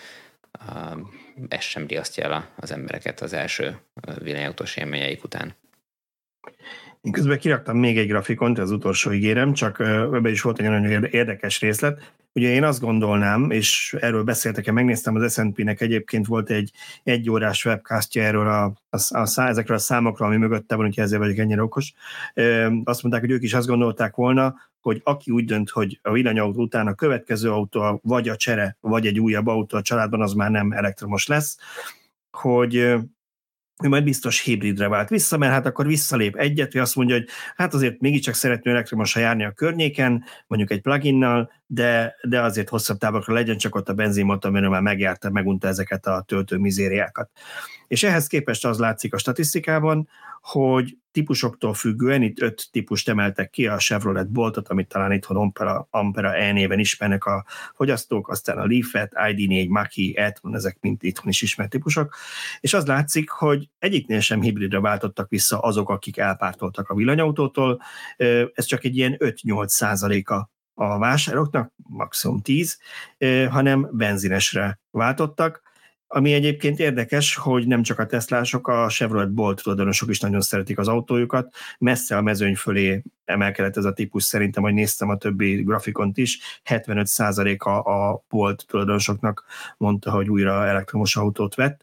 ö, ez sem riasztja el az embereket az első villanyautós élményeik után. Én közben kiraktam még egy grafikont, az utolsó ígérem, csak ebben is volt egy nagyon érdekes részlet. Ugye én azt gondolnám, és erről beszéltek, megnéztem az es and pé-nek, egyébként volt egy egyórás webcastja erről a, a, a, ezekről a számokról, ami mögötte van, úgyhogy ezért vagyok ennyire okos. Azt mondták, hogy ők is azt gondolták volna, hogy aki úgy dönt, hogy a villanyautó után a következő autó vagy a csere, vagy egy újabb autó a családban, az már nem elektromos lesz, hogy ő majd biztos hibridre vált vissza, mert hát akkor visszalép egyet, hogy azt mondja, hogy hát azért mégiscsak szeretném elektromosra járni a környéken, mondjuk egy pluginnal, de, de azért hosszabb távokra legyen, csak ott a benzinmotor, mert már megjárta, megunta ezeket a töltő mizériákat. És ehhez képest az látszik a statisztikában, hogy típusoktól függően, itt öt típust emeltek ki, a Chevrolet Boltot, amit talán itthon Ampera, Ampera E néven ismernek a fogyasztók, aztán a Leafet, i dé négy, Mach-E, e-tron, ezek mind itthon is ismert típusok, és az látszik, hogy egyiknél sem hibridre váltottak vissza azok, akik elpártoltak a villanyautótól, ez csak egy ilyen öt-nyolc százaléka a vásároknak, maximum tíz, hanem benzinesre váltottak, ami egyébként érdekes, hogy nem csak a Teslások, a Chevrolet Bolt tulajdonosok is nagyon szeretik az autójukat, messze a mezőny fölé emelkedett ez a típus, szerintem, hogy néztem a többi grafikont is, hetvenöt százaléka a Bolt tulajdonosoknak mondta, hogy újra elektromos autót vett,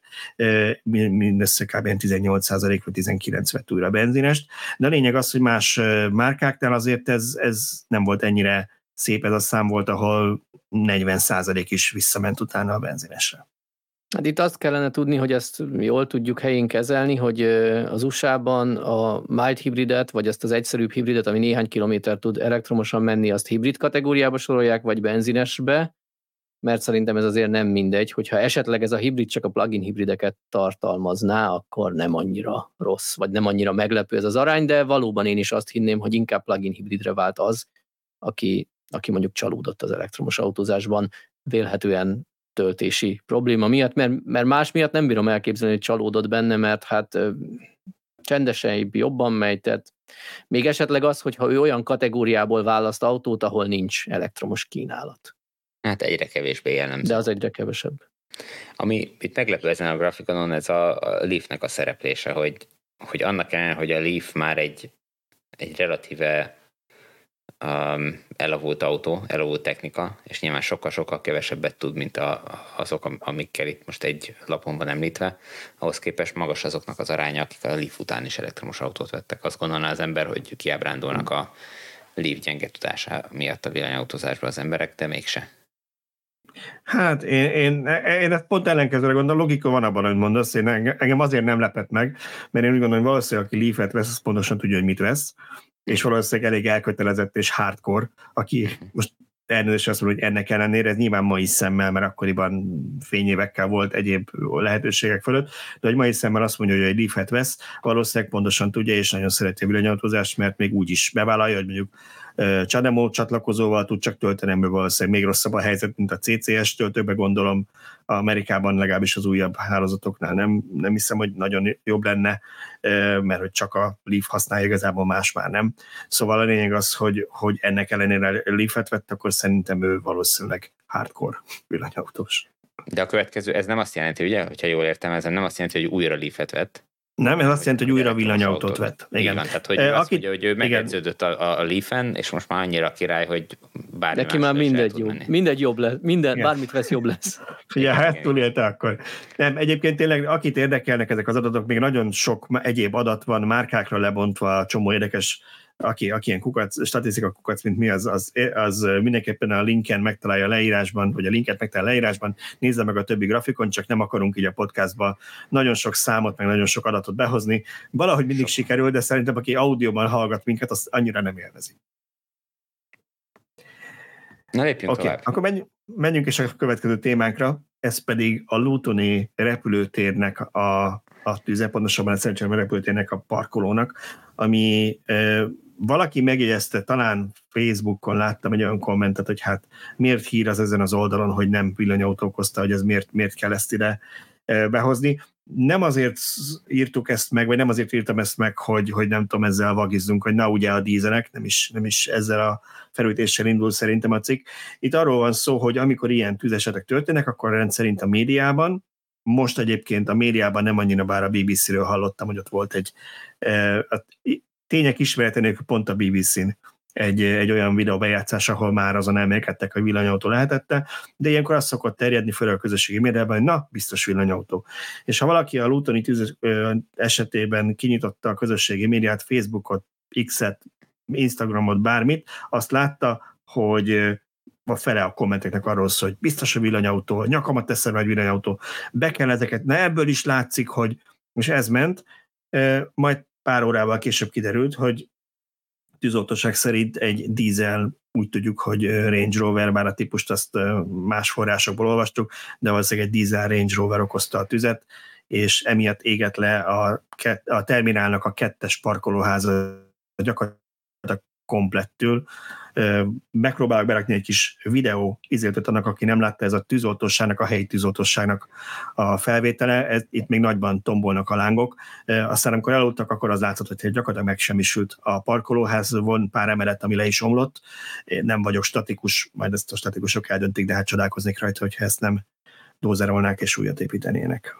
mindössze kb. tizennyolc százalék vagy tizenkilenc vett újra benzinest, de a lényeg az, hogy más márkáknál azért ez, ez nem volt ennyire szép, ez a szám volt, ahol negyven százalék is visszament utána a benzinesre. Hát itt azt kellene tudni, hogy ezt jól tudjuk helyén kezelni, hogy az u es á-ban a mild hibridet, vagy ezt az egyszerűbb hibridet, ami néhány kilométer tud elektromosan menni, azt hibrid kategóriába sorolják, vagy benzinesbe, mert szerintem ez azért nem mindegy, hogyha esetleg ez a hibrid csak a plug-in hibrideket tartalmazná, akkor nem annyira rossz, vagy nem annyira meglepő ez az arány, de valóban én is azt hinném, hogy inkább plug-in hibridre vált az, aki, aki mondjuk csalódott az elektromos autózásban, vélhetően töltési probléma miatt, mert, mert más miatt nem bírom elképzelni, hogy csalódott benne, mert hát ö, csendesen jobban megy, tehát még esetleg az, hogyha ő olyan kategóriából választ autót, ahol nincs elektromos kínálat. Hát egyre kevésbé jellemző. De az egyre kevesebb. Ami itt meglepő ezen a grafikonon, ez a, a Leafnek a szereplése, hogy, hogy annak ellenére, hogy a Leaf már egy, egy relatíve Um, elavult autó, elavult technika, és nyilván sokkal-sokkal kevesebbet tud, mint a, azok, amikkel itt most egy lapon van említve. Ahhoz képest magas azoknak az aránya, akik a Leaf után is elektromos autót vettek. Azt gondolná az ember, hogy kiábrándulnak a Leaf gyenge tudása miatt a villanyautózásban az emberek, de mégse. Hát én, én, én ezt pont ellenkezőre gondolom, logika van abban, hogy mondasz, én engem azért nem lepett meg, mert én úgy gondolom, hogy valószínűleg aki Leafet vesz, az pontosan tudja, hogy mit vesz, és valószínűleg elég elkötelezett és hardcore, aki most elnézést azt mondja, hogy ennek ellenére, ez nyilván mai szemmel, mert akkoriban fényévekkel volt egyéb lehetőségek fölött, de hogy mai szemmel azt mondja, hogy egy Leafet vesz, valószínűleg pontosan tudja, és nagyon szereti a villanyautózást, mert még úgy is bevállalja, hogy mondjuk Chademo csatlakozóval tud csak tölteni, mert valószínűleg még rosszabb a helyzet, mint a cé cé es töltőbe, gondolom Amerikában legalábbis az újabb hálózatoknál nem, nem hiszem, hogy nagyon jobb lenne, mert hogy csak a Leaf használja, igazából más már nem. Szóval a lényeg az, hogy, hogy ennek ellenére Leafet vett, akkor szerintem ő valószínűleg hardcore villanyautós. De a következő, ez nem azt jelenti, ugye, hogyha jól értem, ez nem azt jelenti, hogy újra Leafet vett. Nem, ez azt jelenti, hogy újra villanyautót vett. Igen. Van, tehát hogy e, azt mondja, hogy ő megedződött a, a Leafen, és most már annyira király, hogy bármi neki már mindegy jobb, mindegy jobb lesz, minden, bármit vesz, jobb lesz. Ugye, hát túlélte akkor. Nem, egyébként tényleg, akit érdekelnek ezek az adatok, még nagyon sok egyéb adat van, márkákra lebontva, csomó érdekes aki, aki ilyen kukac, statisztika kukac, mint mi, az, az, az mindenképpen a linken megtalálja a leírásban, vagy a linket megtalálja a leírásban, nézze meg a többi grafikon, csak nem akarunk így a podcastba nagyon sok számot, meg nagyon sok adatot behozni. Valahogy mindig sok. Sikerül, de szerintem aki audióban hallgat minket, az annyira nem élvezi. Na lépjünk okay, tovább. Akkor menjünk, menjünk is a következő témánkra, ez pedig a Lutoni repülőtérnek a, a tüze, pontosabban a Szerencsém repülőtérnek a parkolónak, ami e, valaki megjegyezte, talán Facebookon láttam egy olyan kommentet, hogy hát miért hír az ezen az oldalon, hogy nem villanyautó okozta, hogy ez miért, miért kell ezt ide e, behozni. Nem azért írtuk ezt meg, vagy nem azért írtam ezt meg, hogy, hogy nem tudom, ezzel vagizzunk, hogy na ugye a dízelek, nem is, nem is ezzel a felütéssel indul szerintem a cikk. Itt arról van szó, hogy amikor ilyen tűzesetek történnek, akkor rendszerint a médiában, most egyébként a médiában nem annyira, bár a bé bé cé-ről hallottam, hogy ott volt egy a tények ismerete nélkül pont a bé bé cén egy, egy olyan videóbejátszás, ahol már azon elmélkedtek, hogy villanyautó lehetette, de ilyenkor azt szokott terjedni föl a közösségi médiában, hogy na, biztos villanyautó. És ha valaki a Lutoni tűz esetében kinyitotta a közösségi médiát, Facebookot, X-et, Instagramot, bármit, azt látta, hogy a fele a kommenteknek arról szól, hogy biztos a villanyautó, nyakamat teszem meg villanyautó, be kell ezeket, na ebből is látszik, hogy, és ez ment, majd pár órával később kiderült, hogy tűzoltóság szerint egy dízel, úgy tudjuk, hogy Range Rover, bár a típust azt más forrásokból olvastuk, de valószínűleg egy dízel Range Rover okozta a tüzet, és emiatt égett le a, a terminálnak a kettes parkolóháza gyakorlatilag komplettül. Megpróbálok berakni egy kis videó izéltet annak, aki nem látta, ez a tűzoltóságnak, a helyi tűzoltóságnak a felvétele, ez, itt még nagyban tombolnak a lángok. Aztán amikor eloltottak, akkor az látszott, hogy gyakorlatilag megsemmisült a parkolóház, van pár emelet, ami le is omlott. Én nem vagyok statikus, majd ezt a statikusok eldöntik, de hát csodálkoznék rajta, hogyha ezt nem dózerolnák és újat építenének.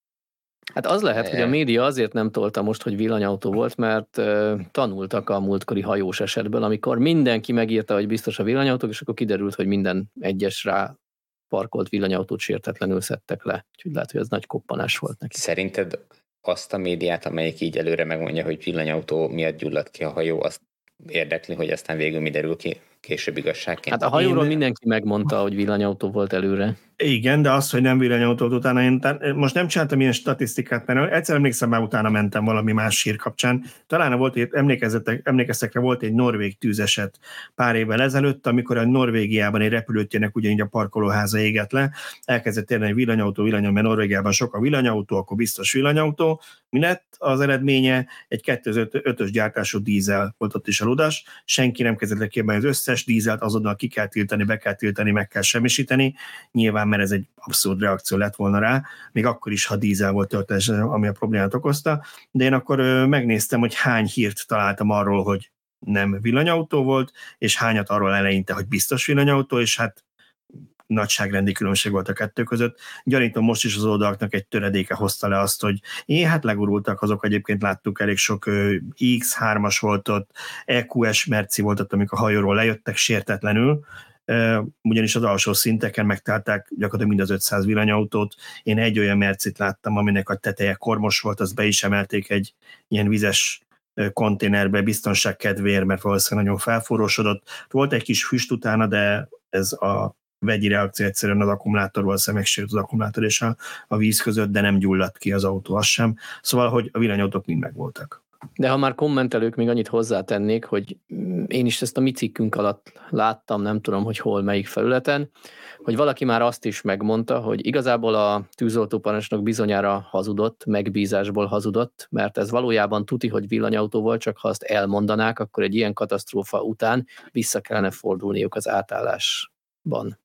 Hát az lehet, hogy a média azért nem tolta most, hogy villanyautó volt, mert uh, tanultak a múltkori hajós esetből, amikor mindenki megírta, hogy biztos a villanyautók, és akkor kiderült, hogy minden egyes rá parkolt villanyautót sértetlenül szedtek le. Úgyhogy lehet, hogy ez nagy koppanás volt neki. Szerinted azt a médiát, amelyik így előre megmondja, hogy villanyautó miatt gyulladt ki a hajó, azt érdekli, hogy aztán végül mi derül ki később igazságként? Hát a hajóról Én... mindenki megmondta, hogy villanyautó volt előre. Igen, de az, hogy nem villanyautót utána, én most nem csináltam ilyen statisztikát, mert egyszer emlékszem, már utána mentem valami más hír kapcsán. Talán volt egy, emlékeztekre volt egy norvég tűzeset pár évvel ezelőtt, amikor a Norvégiában egy repülőtérnek ugyanígy a parkolóháza égett le, elkezdett érni egy villanyautó, villanyautó, mert Norvégiában sok a villanyautó, akkor biztos villanyautó. Mi lett az eredménye? Egy kétezer-ötös gyártású dízel volt ott is a ludas, senki nem kezdett le kérni az összes dízelt, azonnal ki kell tiltani, be kell tiltani, meg kell semmisíteni. Nyilván, mert ez egy abszurd reakció lett volna rá, még akkor is, ha dízel volt történet, ami a problémát okozta, de én akkor megnéztem, hogy hány hírt találtam arról, hogy nem villanyautó volt, és hányat arról eleinte, hogy biztos villanyautó, és hát nagyságrendi különbség volt a kettő között. Gyanítom, most is az oldalaknak egy töredéke hozta le azt, hogy én hát legurultak azok, egyébként láttuk, elég sok iksz hármas volt ott, é kú es merci volt ott, amik a hajóról lejöttek sértetlenül, ugyanis az alsó szinteken megtalálták gyakorlatilag mind az ötszáz villanyautót. Én egy olyan mercit láttam, aminek a teteje kormos volt, azt be is emelték egy ilyen vizes konténerbe biztonság kedvéért, mert valószínűleg nagyon felforrósodott. Volt egy kis füst utána, de ez a vegyi reakció egyszerűen az akkumulátor, valószínűleg megsérült az akkumulátor és a, a víz között, de nem gyulladt ki az autó, az sem. Szóval, hogy a villanyautók mind megvoltak. De ha már kommentelők, még annyit hozzátennék, hogy én is ezt a mi cikkünk alatt láttam, nem tudom, hogy hol, melyik felületen, hogy valaki már azt is megmondta, hogy igazából a tűzoltóparancsnok bizonyára hazudott, megbízásból hazudott, mert ez valójában tuti, hogy villanyautó volt, csak ha azt elmondanák, akkor egy ilyen katasztrófa után vissza kellene fordulniuk az átállásban.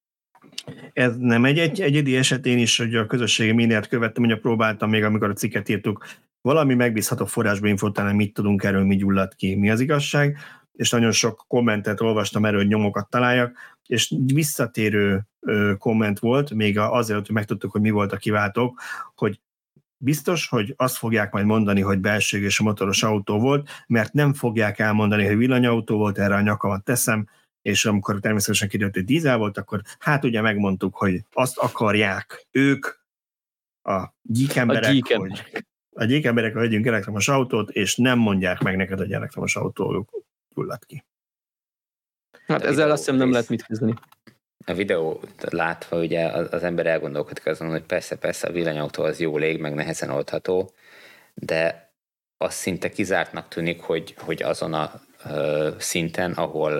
Ez nem egy, egy egyedi esetén is, hogy a közösségi médiát követtem, hogy próbáltam még, amikor a cikket írtuk, valami megbízható forrásba infótálni, mit tudunk erről, mi gyulladt ki, mi az igazság, és nagyon sok kommentet olvastam erről, hogy nyomokat találjak, és visszatérő ö, komment volt, még azért, hogy megtudtuk, hogy mi volt a kiváltók, hogy biztos, hogy azt fogják majd mondani, hogy belsőgős a motoros autó volt, mert nem fogják elmondani, hogy villanyautó volt, erre a nyakamat teszem, és amikor természetesen kiderült, hogy dízel volt, akkor hát ugye megmondtuk, hogy azt akarják ők, a gyík emberek, a gyík hogy a gyík emberek, hogy vegyünk elektromos autót, és nem mondják meg neked, hogy elektromos autó gyulladt ki. Hát ezzel azt hiszem nem lehet mit kezdeni. A videót látva ugye az ember elgondolkodik azon, hogy persze, persze a villanyautó az jó lég, meg nehezen oldható, de az szinte kizártnak tűnik, hogy, hogy azon a uh, szinten, ahol,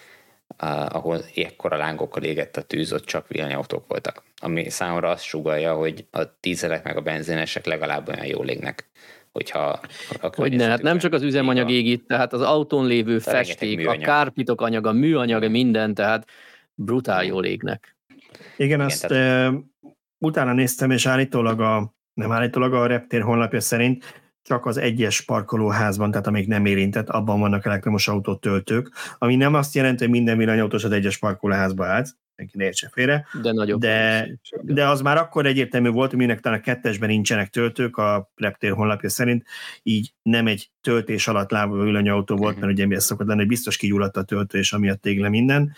uh, ahol ekkora lángokkal égett a tűz, ott csak villanyautók voltak. Ami számomra azt sugallja, hogy a dízelek meg a benzinesek legalább olyan jól égnek, hogyha hogy ne, hát nem csak az üzemanyag ég itt, tehát az autón lévő festék, a kárpitok anyaga, a műanyag, minden, tehát brutál jól égnek. Igen, Igen azt tehát... uh, utána néztem, és állítólag a, nem állítólag a Reptér honlapja szerint csak az egyes parkolóházban, tehát amelyik nem érintett, abban vannak elektromos autótöltők, ami nem azt jelenti, hogy minden villanyautós az egyes parkolóházba állt, senki ne értse félre, de, nagyobb de, de az már akkor egyértelmű volt, hogy minek talán a kettesben nincsenek töltők, a Reptér honlapja szerint, így nem egy töltés alatt lábú villanyautó volt, mert ugye ez szokott lenni, hogy biztos kigyulladt a töltő, és amiatt ég le minden,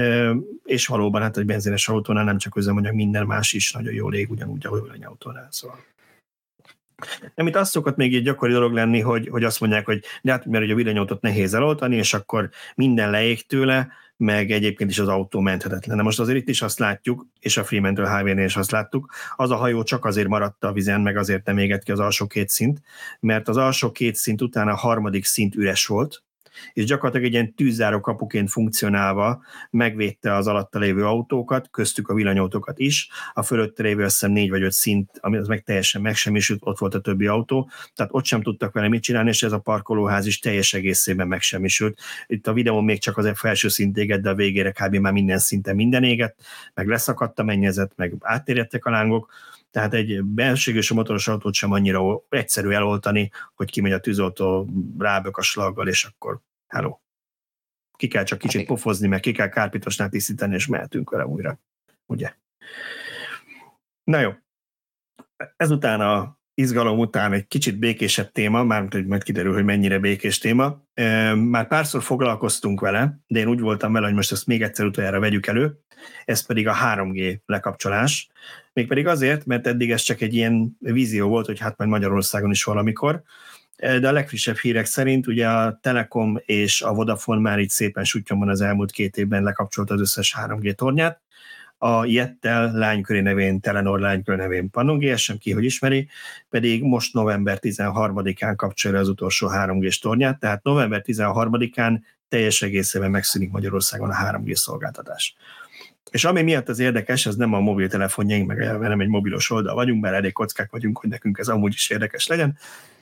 és valóban hát egy benzines autónál nem csak üzemanyag, minden más is nagyon jól ég, ugyanúgy, ahogy villanyautónál, szóval. Nem, itt azt szokott még egy gyakori dolog lenni, hogy, hogy azt mondják, hogy de hát, mert ugye a villanyautót nehéz eloltani, és akkor minden leég tőle, meg egyébként is az autó menthetetlen. De most azért itt is azt látjuk, és a Fremantle Highway-nél is azt láttuk, az a hajó csak azért maradt a vizen, meg azért nem égett ki az alsó két szint, mert az alsó két szint után a harmadik szint üres volt, és gyakorlatilag egy ilyen tűzzáró kapuként funkcionálva megvédte az alatta lévő autókat, köztük a villanyautókat is, a fölötte lévő azt hiszem négy vagy öt szint, ami az meg teljesen megsemmisült, ott volt a többi autó, tehát ott sem tudtak vele mit csinálni, és ez a parkolóház is teljes egészében megsemmisült. Itt a videón még csak az felső szint égett, de a végére kb. Már minden szinten minden égett, meg leszakadt a mennyezet, meg átérjedtek a lángok, tehát egy belsőgős motoros autót sem annyira egyszerű eloltani, hogy kimegy a tűzoltó, rábök a slaggal, és akkor hello. Ki kell csak kicsit pofozni, meg ki kell kárpitosnál tisztítani, és mehetünk vele újra. Ugye? Na jó. Ezután a izgalom után egy kicsit békésebb téma, mármint, hogy majd kiderül, hogy mennyire békés téma. Már párszor foglalkoztunk vele, de én úgy voltam vele, hogy most ezt még egyszer utoljára vegyük elő, ez pedig a három G lekapcsolás. Mégpedig azért, mert eddig ez csak egy ilyen vízió volt, hogy hát majd Magyarországon is valamikor, de a legfrissebb hírek szerint ugye a Telekom és a Vodafone már így szépen sutyomban az elmúlt két évben lekapcsolta az összes három G tornyát. A Jettel lányköré nevén, Telenor lányköré nevén Pannon G S, sem ki, hogy ismeri, pedig most november tizenharmadikán kapcsolja az utolsó három G-s tornyát, tehát november tizenharmadikán teljes egészében megszűnik Magyarországon a három G szolgáltatás. És ami miatt az érdekes, ez nem a mobiltelefonjaink, meg nem egy mobilos oldal vagyunk, bár elég kockák vagyunk, hogy nekünk ez amúgy is érdekes legyen,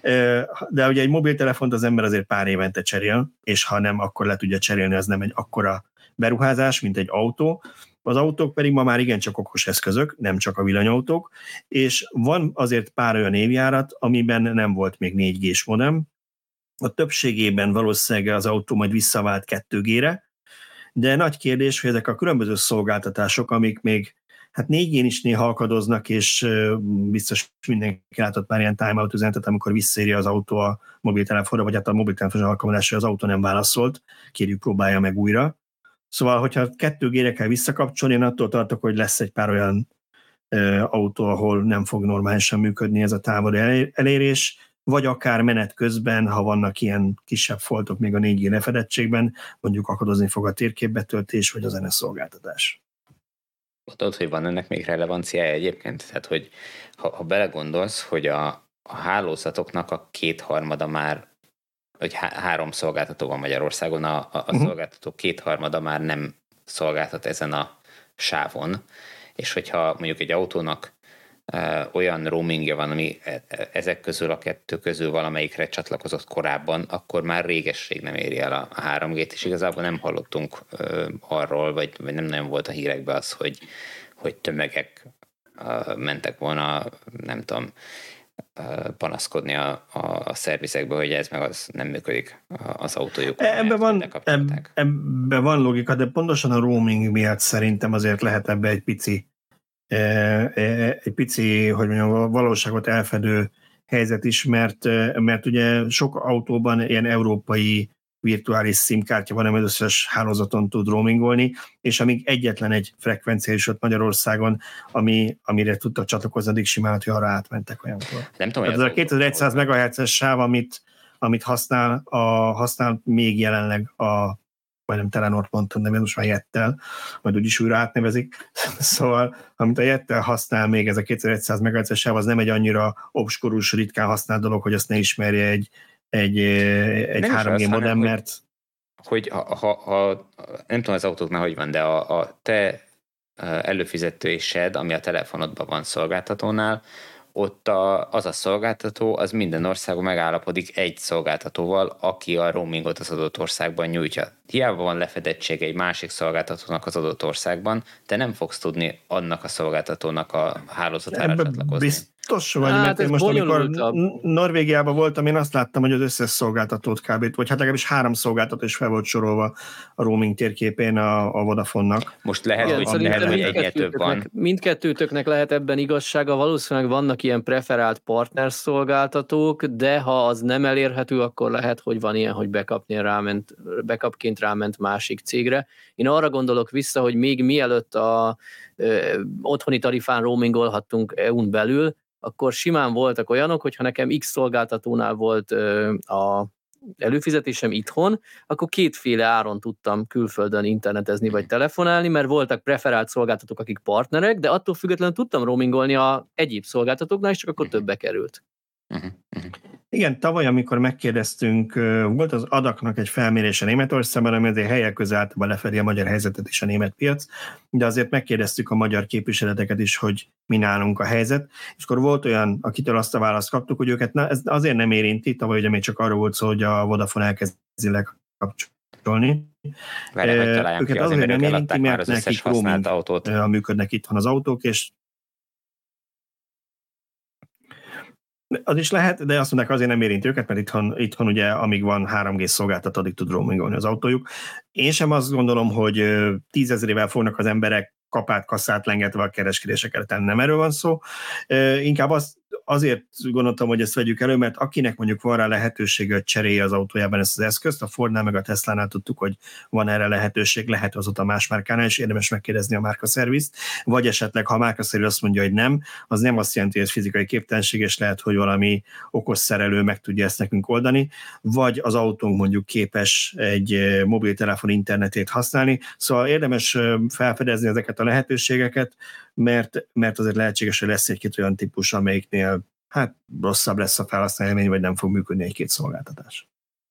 de ugye egy mobiltelefont az ember azért pár évente cserél, és ha nem, akkor le tudja cserélni, az nem egy akkora beruházás, mint egy autó. Az autók pedig ma már igencsak okos eszközök, nem csak a villanyautók, és van azért pár olyan évjárat, amiben nem volt még négy G-s modem. A többségében valószínűleg az autó majd visszavált kettő G-re, de nagy kérdés, hogy ezek a különböző szolgáltatások, amik még hát négy G-n is néha alkadoznak, és biztos mindenki látott már ilyen timeout üzenetet, amikor visszaírja az autó a mobiltelefonra, vagy hát a mobiltelefon alkalmazásra az autó nem válaszolt, kérjük próbálja meg újra. Szóval, hogyha kettő G-re kell visszakapcsolni, én attól tartok, hogy lesz egy pár olyan ö, autó, ahol nem fog normálisan működni ez a távoli elérés, vagy akár menet közben, ha vannak ilyen kisebb foltok még a négy G lefedettségben, mondjuk akadozni fog a térképbetöltés, vagy a zeneszolgáltatás. Tudod, hogy van ennek még relevanciája egyébként? Tehát, hogy ha, ha belegondolsz, hogy a, a hálózatoknak a kétharmada már, hogy há- három szolgáltató van Magyarországon, a, a, a uh-huh. szolgáltató kétharmada már nem szolgáltat ezen a sávon, és hogyha mondjuk egy autónak Uh, olyan roamingja van, ami ezek közül a kettő közül valamelyikre csatlakozott korábban, akkor már réges-rég nem éri el a három G-t, és igazából nem hallottunk uh, arról, vagy, vagy nem nagyon volt a hírekben az, hogy, hogy tömegek uh, mentek volna, nem tudom, uh, panaszkodni a, a, a szervizekbe, hogy ez meg az nem működik az autójuk. Ebben van, eb, ebbe van logika, de pontosan a roaming miatt szerintem azért lehet ebbe egy pici egy pici, hogy mondjam, a valóságot elfedő helyzet is, mert, mert ugye sok autóban ilyen európai virtuális SIM-kártya van, ami az összes hálózaton tud roamingolni, és amíg egyetlen egy frekvencia is ott Magyarországon, ami, amire tudtak csatlakozni, addig simán, hogy arra átmentek olyankor. Nem tudom, ez a kétezer-száz megahertzes sáv, amit amit használ, a, használ még jelenleg a majdnem Telenort mondtam, de most már Jettel, majd úgyis újra átnevezik. Szóval, amit a Jettel használ még, ez a kétezer-száz megahertzes sáv, az nem egy annyira obskurus, ritkán használt dolog, hogy azt ne ismerje egy, egy, egy három G modem, hanem, mert... Hogy, hogy ha, ha, ha, nem tudom az autóknál hogy van, de a, a te előfizetésed, ami a telefonodban van szolgáltatónál, ott a, az a szolgáltató, az minden országban megállapodik egy szolgáltatóval, aki a roamingot az adott országban nyújtja. Hiába van lefedettség egy másik szolgáltatónak az adott országban, te nem fogsz tudni annak a szolgáltatónak a hálózatára csatlakozni. Biztos vagy, hát mert én most amikor Norvégiában voltam, én azt láttam, hogy az összes szolgáltatót kb. Vagy hát legalábbis három szolgáltató is fel volt sorolva a roaming térképén a, a Vodafone-nak. Most lehet, igen, hogy, lehet, hogy egyre több van. Mindkettőtöknek lehet ebben igazsága, valószínűleg vannak ilyen preferált partner szolgáltatók, de ha az nem elérhető, akkor lehet, hogy van ilyen, hogy backupnél ráment, backupként ráment másik cégre. Én arra gondolok vissza, hogy még mielőtt a ö, otthoni tarifán roamingolhattunk é u-n belül, akkor simán voltak olyanok, hogyha nekem X szolgáltatónál volt ö, a előfizetésem itthon, akkor kétféle áron tudtam külföldön internetezni vagy telefonálni, mert voltak preferált szolgáltatók, akik partnerek, de attól függetlenül tudtam roamingolni a egyéb szolgáltatóknál, és csak akkor többe került. Igen, tavaly, amikor megkérdeztünk, volt az adaknak egy felmérése Németországban, ami azért helyek közel általában lefedi a magyar helyzetet és a német piac, de azért megkérdeztük a magyar képviseleteket is, hogy mi nálunk a helyzet, és akkor volt olyan, akitől azt a választ kaptuk, hogy őket na, ez azért nem érinti, tavaly ugye még csak arról volt szó, hogy a Vodafone elkezdi lekapcsolni. Várjál, őket azért nem érinti, mert nekik roaming autót. Működnek itthon az autók, és az is lehet, de azt mondják, azért nem érinti őket, mert itthon, itthon ugye amíg van három G szolgáltató, addig tud roamingolni az autójuk. Én sem azt gondolom, hogy tízezerével fognak az emberek kapát, kasszát lengetve a kereskedéseket tenni. Nem erről van szó. Inkább az, azért gondoltam, hogy ezt vegyük elő, mert akinek mondjuk van rá lehetősége, hogy cserélje az autójában ezt az eszközt, a Fordnál meg a Teslánál tudtuk, hogy van erre lehetőség, lehet azóta más márkánál, és érdemes megkérdezni a márkaszervizt, vagy esetleg, ha a márkaszerviz azt mondja, hogy nem, az nem azt jelenti, hogy ez fizikai képtelenség, és lehet, hogy valami okos szerelő meg tudja ezt nekünk oldani, vagy az autónk mondjuk képes egy mobiltelefon internetét használni, szóval érdemes felfedezni ezeket a lehetőségeket, mert, mert azért lehetséges, hogy lesz egy-két olyan típus, amelyiknél hát rosszabb lesz a felhasználó élmény, vagy nem fog működni egy-két szolgáltatás.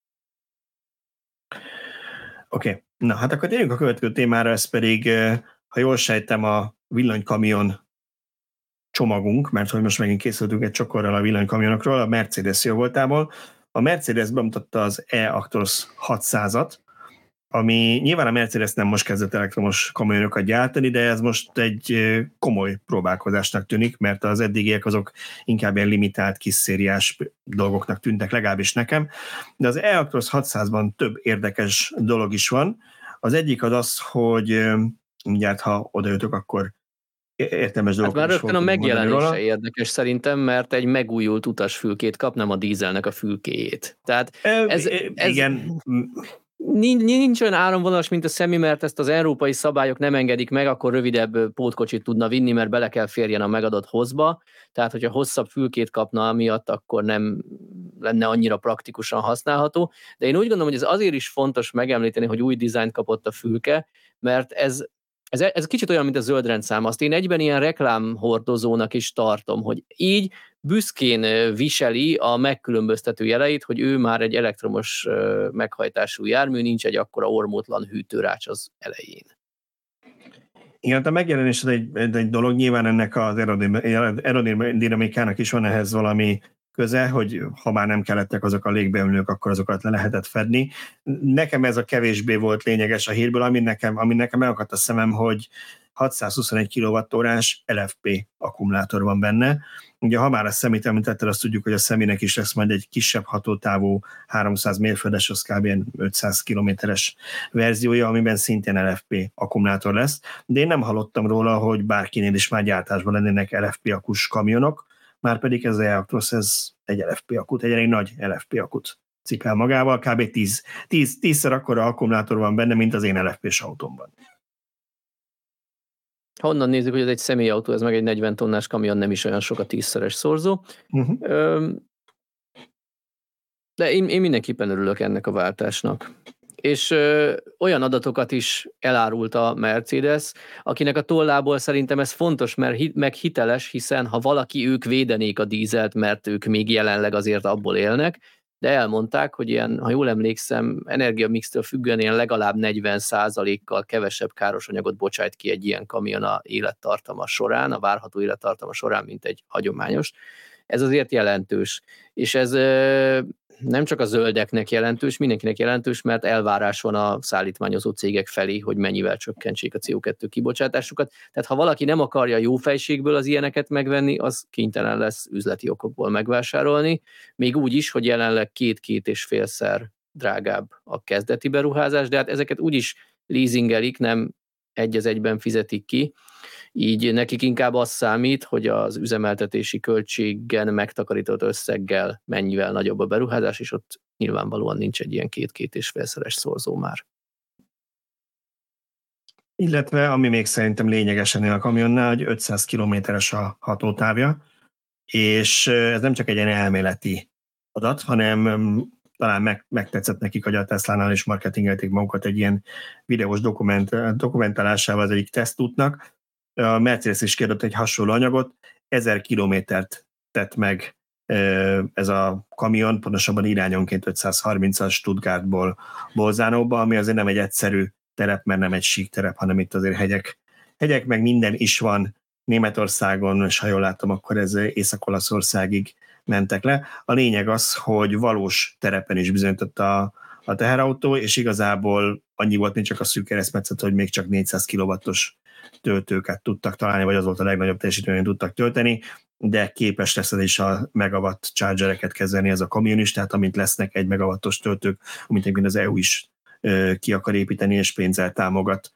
Oké, okay. Na hát akkor térjünk a következő témára, ez pedig, ha jól sejtem, a villanykamion csomagunk, mert hogy most megint készültünk egy csokorral a villanykamionokról, a Mercedes jóvoltából. A Mercedes bemutatta az E-Actros hatszázat, ami nyilván a Mercedes nem most kezdett elektromos kamionokat gyártani, de ez most egy komoly próbálkozásnak tűnik, mert az eddigiek azok inkább ilyen limitált, kis szériás dolgoknak tűntek, legalábbis nekem. De az E-Actros hatszázban több érdekes dolog is van. Az egyik az az, hogy mindjárt, ha odajutok, akkor értelmes dolgok. Hát már rögtön a megjelenése érdekes szerintem, mert egy megújult utasfülkét kap, nem a dízelnek a fülkéjét. Tehát ez, ez, igen... Nincs, nincs olyan áramvonalas, mint a Semi, mert ezt az európai szabályok nem engedik meg, akkor rövidebb pótkocsit tudna vinni, mert bele kell férjen a megadott hozba, tehát hogyha hosszabb fülkét kapna amiatt, akkor nem lenne annyira praktikusan használható, de én úgy gondolom, hogy ez azért is fontos megemlíteni, hogy új dizájnt kapott a fülke, mert ez Ez, ez kicsit olyan, mint a zöld rendszám. Azt én egyben ilyen reklámhordozónak is tartom, hogy így büszkén viseli a megkülönböztető jeleit, hogy ő már egy elektromos meghajtású jármű, nincs egy akkora ormótlan hűtőrács az elején. Igen, a megjelenés egy, egy dolog, nyilván ennek az aerodinamikának is van ehhez valami köze, hogy ha már nem kellettek azok a légbeömlők, akkor azokat le lehetett fedni. Nekem ez a kevésbé volt lényeges a hírből, ami nekem, ami nekem elakadt a szemem, hogy hatszázhuszonegy kilowattórás el ef pé akkumulátor van benne. Ugye ha már a Semit említetted, azt tudjuk, hogy a Seminek is lesz majd egy kisebb hatótávú háromszáz mérföldes, az kb. ötszáz kilométeres verziója, amiben szintén el ef pé akkumulátor lesz. De én nem hallottam róla, hogy bárkinél is már gyártásban lennének el ef pé akkus kamionok, márpedig ez az E-Actros, ez egy el ef pé akut, egy elég nagy el ef pé akut cipel magával, kb. tíz, tíz, tízszer akkora akkumulátor van benne, mint az én el ef pés autómban. Ha onnan nézzük, hogy ez egy személyautó, ez meg egy negyven tonnás kamion, nem is olyan sok a tízszeres szorzó. Uh-huh. De én, én mindenképpen örülök ennek a váltásnak. És ö, olyan adatokat is elárult a Mercedes, akinek a tollából szerintem ez fontos, mert hi, meg hiteles, hiszen ha valaki, ők védenék a dízelt, mert ők még jelenleg azért abból élnek, de elmondták, hogy ilyen, ha jól emlékszem, energiamixtől függően ilyen legalább negyven százalékkal kevesebb károsanyagot bocsájt ki egy ilyen kamion a élettartama során, a várható élettartama során, mint egy hagyományos. Ez azért jelentős. És ez ö, nem csak a zöldeknek jelentős, mindenkinek jelentős, mert elvárás van a szállítmányozó cégek felé, hogy mennyivel csökkentsék a cé o kettő kibocsátásukat. Tehát ha valaki nem akarja jó fejségből az ilyeneket megvenni, az kénytelen lesz üzleti okokból megvásárolni, még úgy is, hogy jelenleg két-két és félszer drágább a kezdeti beruházás, de hát ezeket úgyis leasingelik, nem egy az egyben fizetik ki, így nekik inkább az számít, hogy az üzemeltetési költségen megtakarított összeggel mennyivel nagyobb a beruházás, és ott nyilvánvalóan nincs egy ilyen két-két és félszeres szorzó már. Illetve, ami még szerintem lényegesen a kamionnál, hogy ötszáz kilométeres a hatótávja, és ez nem csak egy ilyen elméleti adat, hanem talán meg, megtetszett nekik, hogy a Teslánál is marketingelték magukat egy ilyen videós dokument, dokumentálásával az egyik tesztútnak. A Mercedes is kiadott egy hasonló anyagot, ezer kilométert tett meg ez a kamion, pontosabban irányonként ötszázharmincas Stuttgartból Bolzánóba, ami azért nem egy egyszerű terep, mert nem egy sík terep, hanem itt azért hegyek, hegyek meg minden is van Németországon, és ha jól látom, akkor ez Észak-Olaszországig mentek le. A lényeg az, hogy valós terepen is bizonyított a, a teherautó, és igazából annyi volt, mint csak a szűk keresztmetszet, hogy még csak négyszáz kilowattos töltőket tudtak találni, vagy az volt a legnagyobb teljesítményt tudtak tölteni, de képes lesz ez is a megawatt chargereket kezelni ez a kamion is, tehát amint lesznek egy megawattos töltők, amint egyébként az é u is ki akar építeni és pénzzel támogat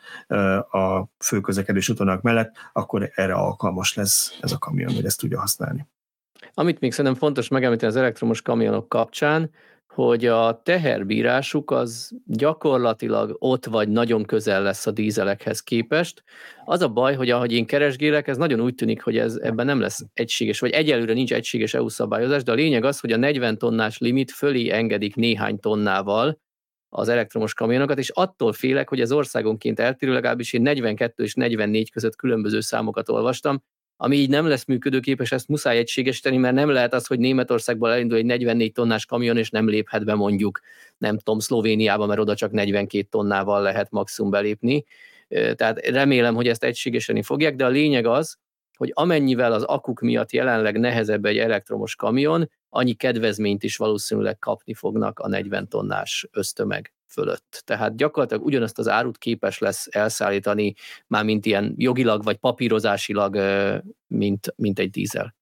a főközlekedés útvonalak mellett, akkor erre alkalmas lesz ez a kamion, hogy ezt tudja használni. Amit még szerintem fontos megemlíteni az elektromos kamionok kapcsán, hogy a teherbírásuk az gyakorlatilag ott vagy nagyon közel lesz a dízelekhez képest. Az a baj, hogy ahogy én keresgélek, ez nagyon úgy tűnik, hogy ez ebben nem lesz egységes, vagy egyelőre nincs egységes é u szabályozás, de a lényeg az, hogy a negyven tonnás limit fölé engedik néhány tonnával az elektromos kamionokat, és attól félek, hogy ez országonként eltérő, legalábbis én negyvenkettő és negyvennégy között különböző számokat olvastam, ami így nem lesz működőképes, ezt muszáj egységesíteni, mert nem lehet az, hogy Németországból elindul egy negyvennégy tonnás kamion, és nem léphet be mondjuk, nem tudom, Szlovéniába, mert oda csak negyvenkét tonnával lehet maximum belépni. Tehát remélem, hogy ezt egységesíteni fogják, de a lényeg az, hogy amennyivel az akuk miatt jelenleg nehezebb egy elektromos kamion, annyi kedvezményt is valószínűleg kapni fognak a negyven tonnás ösztömeg fölött. Tehát gyakorlatilag ugyanazt az árut képes lesz elszállítani, már mint ilyen jogilag vagy papírozásilag, mint, mint egy dízel.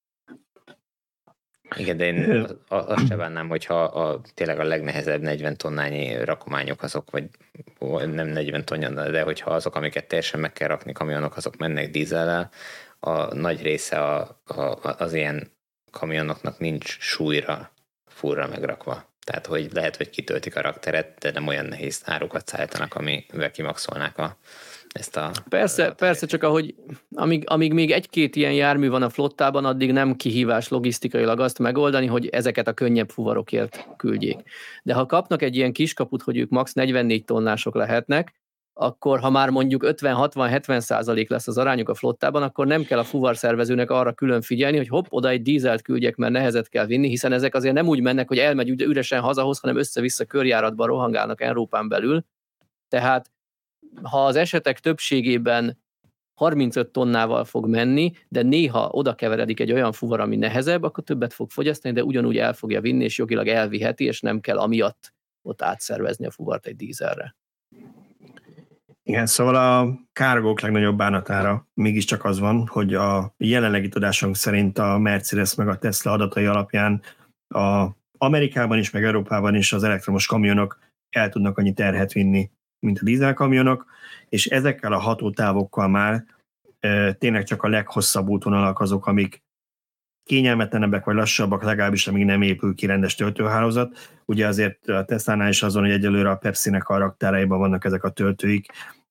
Igen, de én azt sem bánnám, hogyha a, tényleg a legnehezebb negyven tonnányi rakományok azok, vagy nem negyven tonna, de hogyha azok, amiket teljesen meg kell rakni kamionok, azok mennek dízellel, a nagy része a, a, az ilyen kamionoknak nincs súlyra, furra megrakva. Tehát, hogy lehet, hogy kitöltik a rakteret, de nem olyan nehéz árukat szállítanak, amivel kimaxolnák a, ezt a... Persze, a persze, csak ahogy amíg, amíg még egy-két ilyen jármű van a flottában, addig nem kihívás logisztikailag azt megoldani, hogy ezeket a könnyebb fuvarokért küldjék. De ha kapnak egy ilyen kiskaput, hogy ők max. negyvennégy tonnások lehetnek, akkor ha már mondjuk ötven-hatvan-hetven százalék lesz az arányuk a flottában, akkor nem kell a fuvarszervezőnek arra külön figyelni, hogy hopp, oda egy dízelt küldjek, mert nehezet kell vinni, hiszen ezek azért nem úgy mennek, hogy elmegy üresen hazahoz, hanem össze-vissza körjáratban rohangálnak Európán belül. Tehát ha az esetek többségében harmincöt tonnával fog menni, de néha oda keveredik egy olyan fuvar, ami nehezebb, akkor többet fog fogyasztani, de ugyanúgy el fogja vinni, és jogilag elviheti, és nem kell amiatt ott átszervezni a fuvart egy dízelre. Igen, szóval a kárgók legnagyobb bánatára mégiscsak az van, hogy a jelenlegi tudásunk szerint a Mercedes meg a Tesla adatai alapján a Amerikában is, meg Európában is az elektromos kamionok el tudnak annyi terhet vinni, mint a dízelkamionok, és ezekkel a hatótávokkal már e, tényleg csak a leghosszabb útvonalak azok, amik kényelmetlenebbek vagy lassabbak, legalábbis amíg nem épül ki rendes töltőhálózat. Ugye azért a Teslánál is azon, hogy egyelőre a Pepsi-nek a raktáraiban vannak ezek a töltőik,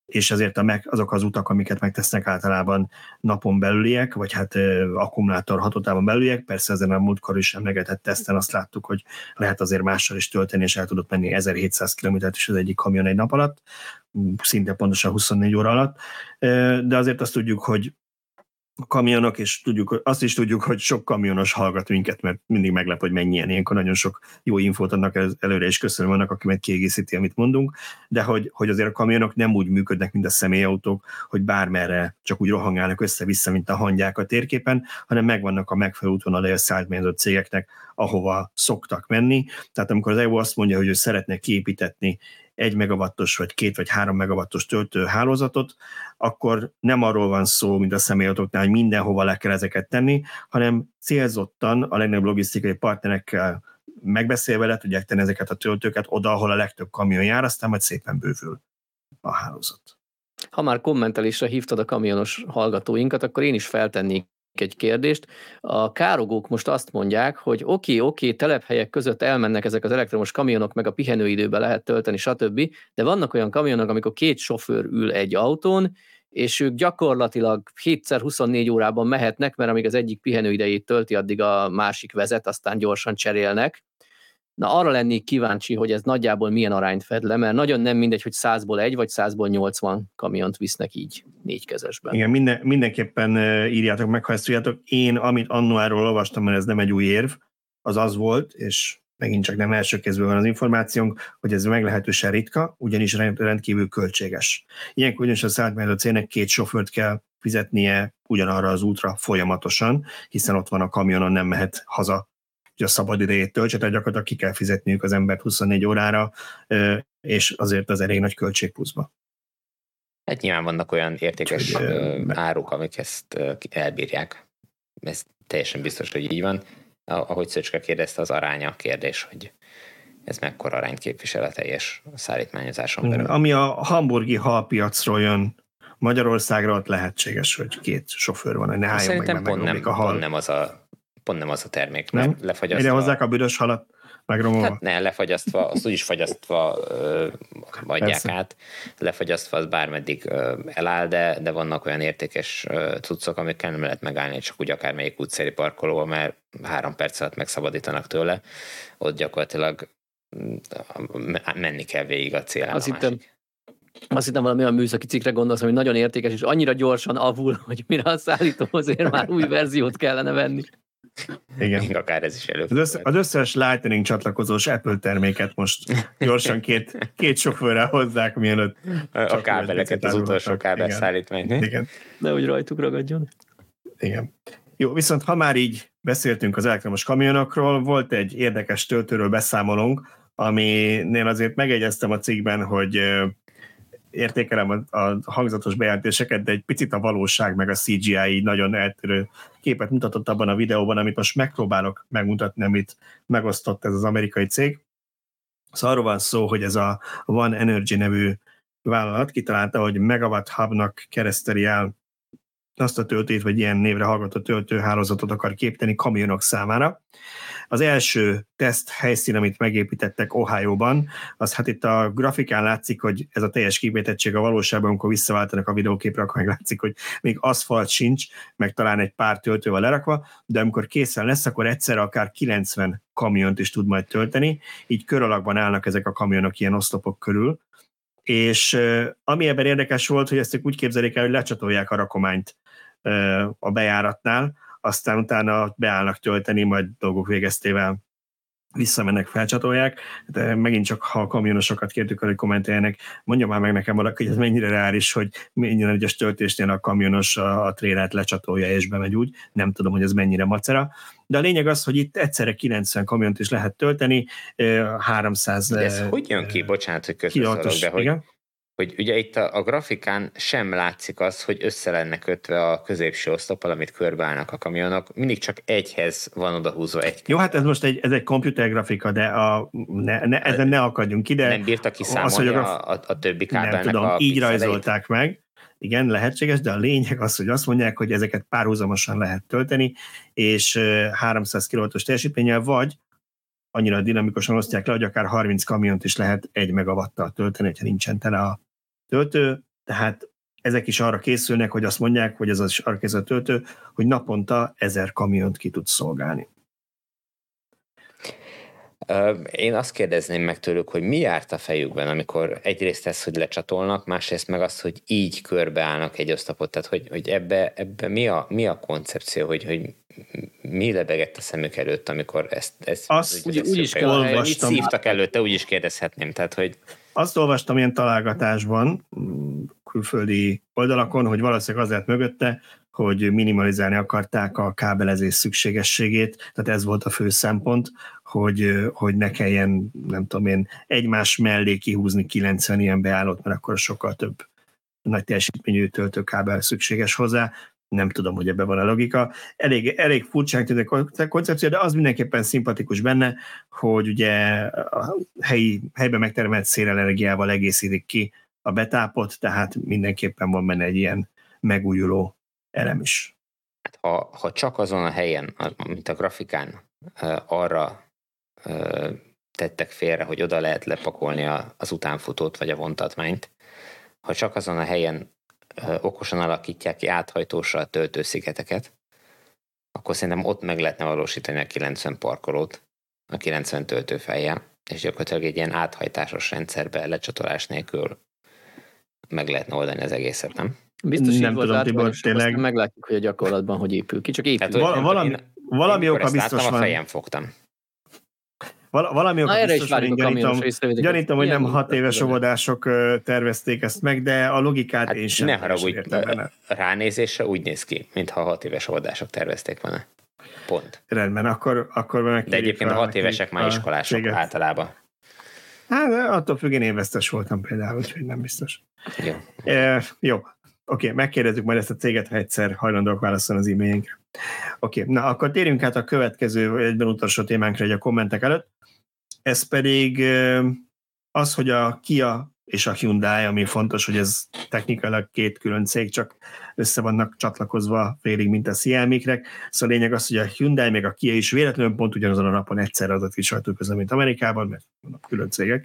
és ezért a meg, azok az utak, amiket megtesznek általában napon belüliek, vagy hát uh, akkumulátor hatótávon belüliek, persze ezen a múltkor is emlegetett teszten azt láttuk, hogy lehet azért mással is tölteni, és el tudott menni ezerhétszáz kilométert is az egyik kamion egy nap alatt, szinte pontosan huszonnégy óra alatt, uh, de azért azt tudjuk, hogy a kamionok, és tudjuk, azt is tudjuk, hogy sok kamionos hallgat minket, mert mindig meglep, hogy mennyien. Ilyenkor nagyon sok jó infót adnak előre, és köszönöm annak, aki meg kiegészíti, amit mondunk, de hogy, hogy azért a kamionok nem úgy működnek, mint a személyautók, hogy bármerre csak úgy rohangálnak össze-vissza, mint a hangyák a térképen, hanem megvannak a megfelelő útvonalai a szállítmányozott cégeknek, ahova szoktak menni. Tehát amikor az é u azt mondja, hogy ő szeretne kiépítetni egy megawattos, vagy két, vagy három megawattos töltőhálózatot, akkor nem arról van szó, mint a személyautóknál, hogy mindenhova le kell ezeket tenni, hanem célzottan a legnagyobb logisztikai partnerekkel megbeszélve le tudják tenni ezeket a töltőket oda, ahol a legtöbb kamion jár, aztán majd szépen bővül a hálózat. Ha már kommentelésre hívtad a kamionos hallgatóinkat, akkor én is feltennék egy kérdést. A károgók most azt mondják, hogy oké, okay, oké, okay, telephelyek között elmennek ezek az elektromos kamionok, meg a pihenőidőben lehet tölteni, stb., de vannak olyan kamionok, amikor két sofőr ül egy autón, és ők gyakorlatilag hétszer huszonnégy órában mehetnek, mert amíg az egyik pihenőidejét tölti, addig a másik vezet, aztán gyorsan cserélnek. Na, arra lennék kíváncsi, hogy ez nagyjából milyen arányt fed le, mert nagyon nem mindegy, hogy százból egy vagy százból nyolcvan kamiont visznek így négykezesben. Igen, minden, mindenképpen írjátok meg, ha ezt tudjátok. Én, amit annuáról olvastam, mert ez nem egy új érv, az az volt, és megint csak nem első kézből van az információnk, hogy ez meglehetősen ritka, ugyanis rendkívül költséges. Ilyenkor ugyanis a szállítmányozó cégnek két sofőrt kell fizetnie ugyanarra az útra folyamatosan, hiszen ott van a kamionon, nem mehet haza, hogy a szabad idejét töltse, tehát gyakorlatilag ki kell fizetniük az embert huszonnégy órára, és azért az elég nagy költség pluszba. Hát nyilván vannak olyan értékes Úgy, áruk, amik ezt elbírják. Ez teljesen biztos, hogy így van. Ahogy Szöcske kérdezte, az aránya a kérdés, hogy ez mekkora arányt képvisel a teljes szállítmányozáson belül. Ami a hamburgi halpiacról jön Magyarországra, ott lehetséges, hogy két sofőr van, hogy ne álljon meg, szerintem pont nem, a hal. Pont nem az a Pont nem az a termék, nem? Lefagyasztva... Ide hozzák a büdös halat, megromolva? Hát ne, lefagyasztva, azt úgyis fagyasztva ö, adják Persze. át, lefagyasztva az bármeddig ö, eláll, de, de vannak olyan értékes ö, cuccok, amikkel nem lehet megállni, csak úgy akármelyik útszéli parkolóval, mert három perc alatt megszabadítanak tőle, ott gyakorlatilag menni kell végig a célállomásig. Azt hittem valami olyan műszaki cikkre gondolsz, ami nagyon értékes, és annyira gyorsan avul, hogy mire a szállítóhoz már új verziót kellene venni. Igen. Még akár ez is előbb. Az, össze, az összes Lightning csatlakozós Apple terméket most gyorsan két, két sofőrrel hozzák, mielőtt a kábeleket, az utolsó kábelszállítmányt. Igen. Nehogy rajtuk ragadjon. Igen. Jó, viszont ha már így beszéltünk az elektromos kamionokról, volt egy érdekes töltőről beszámolónk, aminél azért megegyeztem a cikkben, hogy értékelem a, a hangzatos bejelentéseket, de egy picit a valóság meg a cé gé í nagyon eltérő képet mutatott abban a videóban, amit most megpróbálok megmutatni, amit megosztott ez az amerikai cég. Szóval arról van szó, hogy ez a One Energy nevű vállalat kitalálta, hogy Megawatt Hubnak kereszteli el azt a töltőt, vagy ilyen névre hallgató töltőhálózatot akar képíteni kamionok számára. Az első teszt helyszín, amit megépítettek Ohio-ban, az hát itt a grafikán látszik, hogy ez a teljes képítettség a valóságban, amikor visszaváltanak a videóképre, akkor meglátszik, hogy még aszfalt sincs, meg talán egy pár töltővel lerakva, de amikor készen lesz, akkor egyszerre akár kilencven kamiont is tud majd tölteni, így kör alakban állnak ezek a kamionok ilyen oszlopok körül, és ami ebben érdekes volt, hogy ezt úgy képzelik el, hogy lecsatolják a rakományt a bejáratnál, aztán utána beállnak tölteni, majd dolgok végeztével visszamennek, felcsatolják. De megint csak, ha a kamionosokat kértük, hogy kommenteljenek, mondja már meg nekem valaki, hogy ez mennyire reális, hogy minden egyes töltésnél a kamionos a, a trélert lecsatolja és bemegy úgy. Nem tudom, hogy ez mennyire macera. De a lényeg az, hogy itt egyszerre kilencven kamiont is lehet tölteni, háromszáz... De ez hogy jön ki? Bocsánat, hogy közbeszólok, de hogy... Igen? hogy ugye itt a, a grafikán sem látszik az, hogy össze lenne kötve a középső oszloppal, amit körbeállnak a kamionok. Mindig csak egyhez van odahúzva egy. Jó, hát ez most egy, ez egy komputergrafika, de a, ne, ne, ezen ne akadjunk ide. Nem bírta kiszámolni az, a, a, a többi kábelnek nem tudom, a így rajzolták meg. Igen, lehetséges, de a lényeg az, hogy azt mondják, hogy ezeket párhuzamosan lehet tölteni, és háromszáz kilowattos teljesítménnyel, vagy annyira dinamikusan osztják le, hogy akár harminc kamiont is lehet egy megawattal tölteni, hogyha nincsen tele a töltő, Tehát ezek is arra készülnek, hogy azt mondják, hogy ez az arra készül a töltő, hogy naponta ezer kamiont ki tud szolgálni. Én azt kérdezném meg tőlük, hogy mi járt a fejükben, amikor egyrészt ez, hogy lecsatolnak, másrészt meg azt, hogy így körbeállnak egy osztapot, tehát hogy, hogy ebbe, ebbe mi, a, mi a koncepció, hogy, hogy mi lebegett a szemük előtt, amikor ezt, ezt azt úgy, úgy, úgy is olvastam. Mit szívtak előtte, úgy is kérdezhetném, tehát hogy... Azt olvastam ilyen találgatásban, külföldi oldalakon, hogy valószínűleg az lett mögötte, hogy minimalizálni akarták a kábelezés szükségességét, tehát ez volt a fő szempont, hogy, hogy ne kelljen, nem tudom én, egymás mellé kihúzni kilencven ilyen beállót, mert akkor sokkal több nagy teljesítményű töltőkábel szükséges hozzá. Nem tudom, hogy ebben van a logika. Elég, elég furcsán tűnik a koncepció, de az mindenképpen szimpatikus benne, hogy ugye a helyi, helyben megtermelt szélenergiával egészítik ki a betápot, tehát mindenképpen van benne egy ilyen megújuló elem is. Ha, ha csak azon a helyen, mint a grafikán, arra tettek félre, hogy oda lehet lepakolni az utánfutót vagy a vontatmányt, ha csak azon a helyen okosan alakítják ki áthajtósra a töltőszigeteket, akkor szerintem ott meg lehetne valósítani a kilencven parkolót, a kilencven töltőfejjel, és gyakorlatilag egy ilyen áthajtásos rendszerbe lecsatolás nélkül meg lehetne oldani az egészet, nem? Biztos nem így volt tudom, Tibor, tényleg. Meglátjuk, hogy a gyakorlatban hogy épül ki, csak épül. Tehát, Val- valami én, valami én oka biztos láttam, van. A fejem fogtam. Val- valami oka biztos van, én gyanítom, gyanítom, hogy nem hat éves óvodások tervezték ezt meg, de a logikát hát én sem ne haragudj, értem benne. Ránézésre úgy néz ki, mintha hat éves óvodások tervezték volna. Pont. Rendben, akkor, akkor de egyébként a hat évesek már iskolások céget. Általában. Hát attól függően én vesztes voltam például, úgyhogy nem biztos. Jó. E, jó, oké, okay, megkérdezzük majd ezt a céget, ha egyszer hajlandóak válaszolni az e-mailjénkre. Oké, okay, na akkor térjünk át a következő, egyben utolsó témánkra egy a kommentek előtt. Ez pedig az, hogy a Kia és a Hyundai, ami fontos, hogy ez technikailag két külön cég, csak össze vannak csatlakozva félig, mint a Xiaomi-krek. Szóval lényeg az, hogy a Hyundai meg a Kia is véletlenül pont ugyanazon a napon egyszerre adott ki sajtóközleményt, mint Amerikában, mert vannak külön cégek.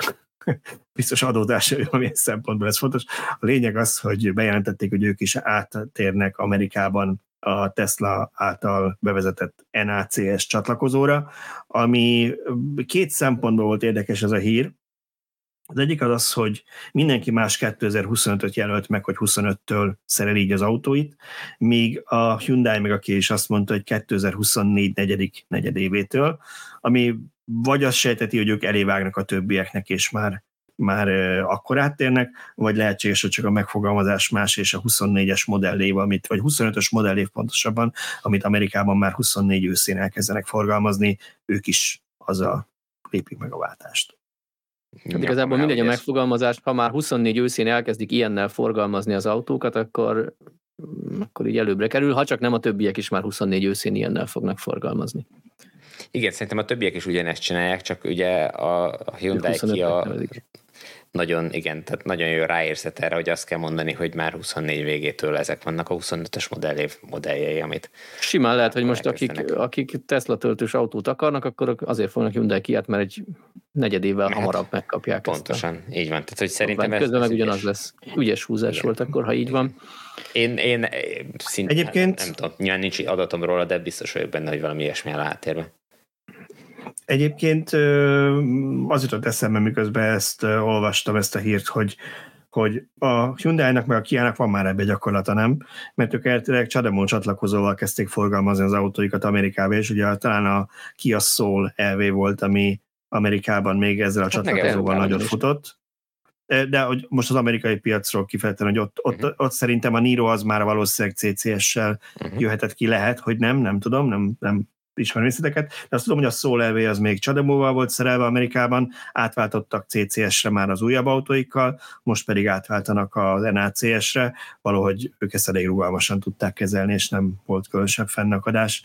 Biztos adódás, amilyen szempontból ez fontos. A lényeg az, hogy bejelentették, hogy ők is áttérnek Amerikában a Tesla által bevezetett en á cé es csatlakozóra, ami két szempontból volt érdekes ez a hír. Az egyik az az, hogy mindenki más kétezer-huszonötöt jelölt meg, hogy huszonöttől szerel így az autóit, míg a Hyundai meg a Kia is azt mondta, hogy kétezer-huszonnégy negyedik negyedévétől, ami vagy azt sejteti, hogy ők elévágnak a többieknek, és már már akkor áttérnek, vagy lehetséges, hogy csak a megfogalmazás más, és a huszonnégyes modellév, amit, vagy huszonötös modellév pontosabban, amit Amerikában már huszonnégy őszén elkezdenek forgalmazni, ők is azzal lépik meg a váltást. Hát igazából mindegy a megfogalmazás, ha már huszonnégy őszén elkezdik ilyennel forgalmazni az autókat, akkor, akkor így előbbre kerül, ha csak nem a többiek is már huszonnégy őszén ilyennel fognak forgalmazni. Igen, szerintem a többiek is ugyanezt csinálják, csak ugye a, a Hyundai Kia nagyon, igen, tehát nagyon jó ráérzett erre, hogy azt kell mondani, hogy már huszonnégy végétől ezek vannak a huszonötös modellév modelljei, amit... Simán lehet, hogy most akik, akik Tesla töltős autót akarnak, akkor azért fognak Hyundai Kiát, mert egy negyedével hát, hamarabb megkapják pontosan, ezt. Pontosan, így van. Tehát, hogy szerintem ez közben meg ugyanaz ügyes. Lesz. Ügyes húzás igen. Volt akkor, ha így van. Én, én szintén, Egyébként... nem tudom, nyilván nincs adatom róla, de biztos vagyok benne, hogy valami ilyesmi áll áttérve. Egyébként az jutott eszembe, miközben ezt olvastam, ezt a hírt, hogy, hogy a Hyundai-nak meg a Kia-nak van már ebbe gyakorlata, nem? Mert ők eltérek CHAdeMO csatlakozóval kezdték forgalmazni az autóikat Amerikába, és ugye talán a Kia Soul el vé volt, ami Amerikában még ezzel a hát csatlakozóval nagyot futott. De hogy most az amerikai piacról kifejezetten, hogy ott, ott, uh-huh. ott szerintem a Niro az már valószínűleg cé cé es-sel uh-huh. jöhetett ki, lehet, hogy nem, nem tudom, nem, nem ismerem részleteket, de azt tudom, hogy a Soul el vé az még CHAdeMO-val volt szerelve Amerikában, átváltottak cé cé es-re már az újabb autóikkal, most pedig átváltanak az en á cé es-re, valahogy ők ezt elég rugalmasan tudták kezelni, és nem volt különösebb fennakadás.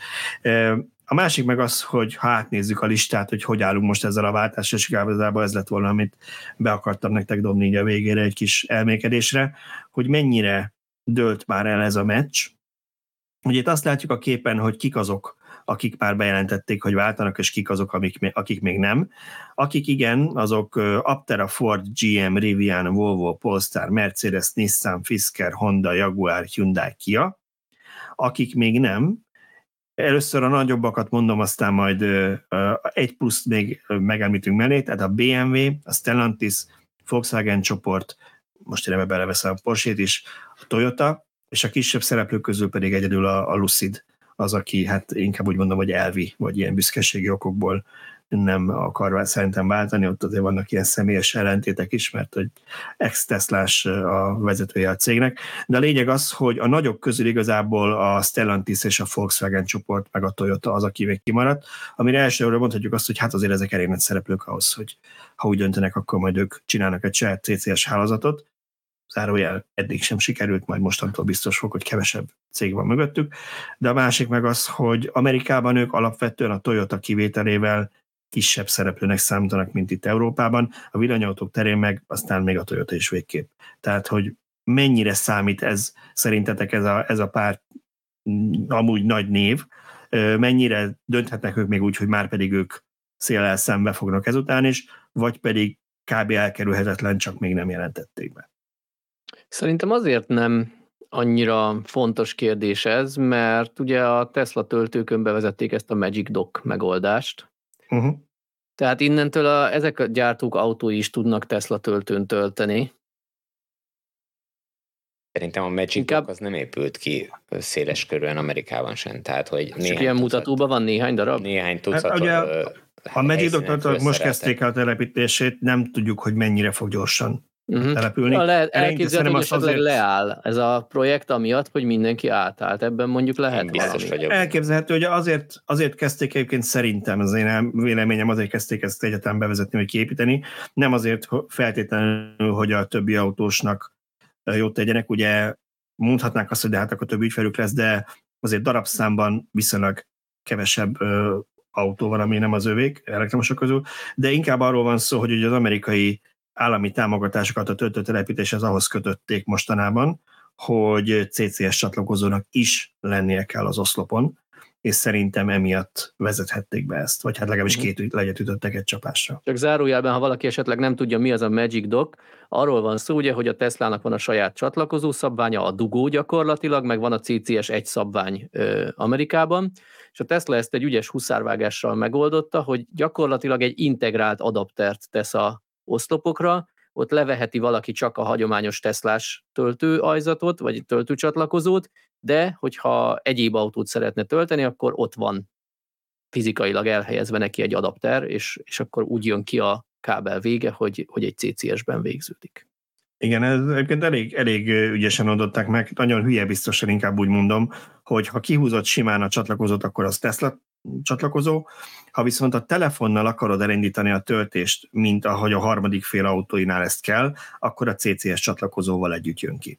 A másik meg az, hogy ha átnézzük a listát, hogy hogy állunk most ezzel a váltással, és igazából ez lett volna, amit be akartam nektek dobni így a végére egy kis elmékedésre, hogy mennyire dőlt már el ez a meccs. Ugye itt azt látjuk a képen, hogy kik azok, akik már bejelentették, hogy váltanak, és kik azok, akik, akik még nem. Akik igen, azok Aptera, Ford, gé em, Rivian, Volvo, Polestar, Mercedes, Nissan, Fisker, Honda, Jaguar, Hyundai, Kia. Akik még nem, először a nagyobbakat mondom, aztán majd egy plusz még megemlítünk mellé, tehát a bé em vé, a Stellantis, Volkswagen csoport, most én ebbe beleveszem a Porsche-t is, a Toyota, és a kisebb szereplők közül pedig egyedül a, a Lucid, az, aki hát inkább úgy mondom, hogy elvi, vagy ilyen büszkeségi okokból nem akar szerintem váltani, ott azért vannak ilyen személyes ellentétek is, mert hogy ex-Teslás a vezetője a cégnek, de a lényeg az, hogy a nagyok közül igazából a Stellantis és a Volkswagen csoport, meg a Toyota az, aki még kimaradt, amire elsőre mondhatjuk azt, hogy hát azért ezek elég nagy szereplők ahhoz, hogy ha úgy döntenek, akkor majd ők csinálnak egy saját cé cé es hálózatot. Zárójel eddig sem sikerült, majd mostantól biztos fog, hogy kevesebb cég van mögöttük, de a másik meg az, hogy Amerikában ők alapvetően a Toyota kivételével kisebb szereplőnek számítanak, mint itt Európában, a villanyautók terén meg aztán még a Toyota is végképp. Tehát, hogy mennyire számít ez szerintetek ez a, ez a pár amúgy nagy név, mennyire dönthetnek ők még úgy, hogy már pedig ők széllel szembe fognak ezután is, vagy pedig kb. Elkerülhetetlen, csak még nem jelentették be. Szerintem azért nem annyira fontos kérdés ez, mert ugye a Tesla töltőkön bevezették ezt a Magic Dock megoldást. Uh-huh. Tehát innentől a, ezek a gyártók autói is tudnak Tesla töltőn tölteni. Szerintem a Magic Inkább... Dock az nem épült ki széles körülön Amerikában sem. Tehát, hogy csak ilyen mutatóban van néhány darab? Néhány tucat. Hát, ugye, a Magic Docknak most kezdték el a telepítését, nem tudjuk, hogy mennyire fog gyorsan uh-huh. települni. Le, elképzelhető, hogy esetleg azért... leáll ez a projekt amiatt, hogy mindenki átállt. Ebben mondjuk lehet biztos valami. Elképzelhető, hogy azért, azért kezdték egyébként szerintem, az én véleményem, azért kezdték ezt egyetem bevezetni, vagy kiépíteni. Nem azért feltétlenül, hogy a többi autósnak jót tegyenek, ugye mondhatnánk azt, hogy de hát akkor több ügyfelük lesz, de azért darabszámban viszonylag kevesebb ö, autó van, ami nem az övék elektromosok közül, de inkább arról van szó, hogy ugye az amerikai állami támogatásokat a töltőtelepítéshez ahhoz kötötték mostanában, hogy cé cé es csatlakozónak is lennie kell az oszlopon, és szerintem emiatt vezethették be ezt, vagy hát legalábbis két legyet ütöttek egy csapásra. Csak zárójelben, ha valaki esetleg nem tudja, mi az a Magic Dock, arról van szó, ugye, hogy a Teslának van a saját csatlakozó szabványa, a dugó gyakorlatilag, meg van a cé cé es egy szabvány ö, Amerikában, és a Tesla ezt egy ügyes huszárvágással megoldotta, hogy gyakorlatilag egy integrált adaptert tesz a oszlopokra, ott leveheti valaki csak a hagyományos Teslás töltőajzatot, vagy töltőcsatlakozót, de hogyha egyéb autót szeretne tölteni, akkor ott van fizikailag elhelyezve neki egy adapter, és, és akkor úgy jön ki a kábel vége, hogy, hogy egy cé cé es-ben végződik. Igen, ez egyébként elég, elég ügyesen oldották meg, nagyon hülye biztosan inkább úgy mondom, hogy ha kihúzott simán a csatlakozót, akkor az Tesla csatlakozó, ha viszont a telefonnal akarod elindítani a töltést, mint ahogy a harmadik fél autóinál ezt kell, akkor a cé cé es csatlakozóval együtt jön ki.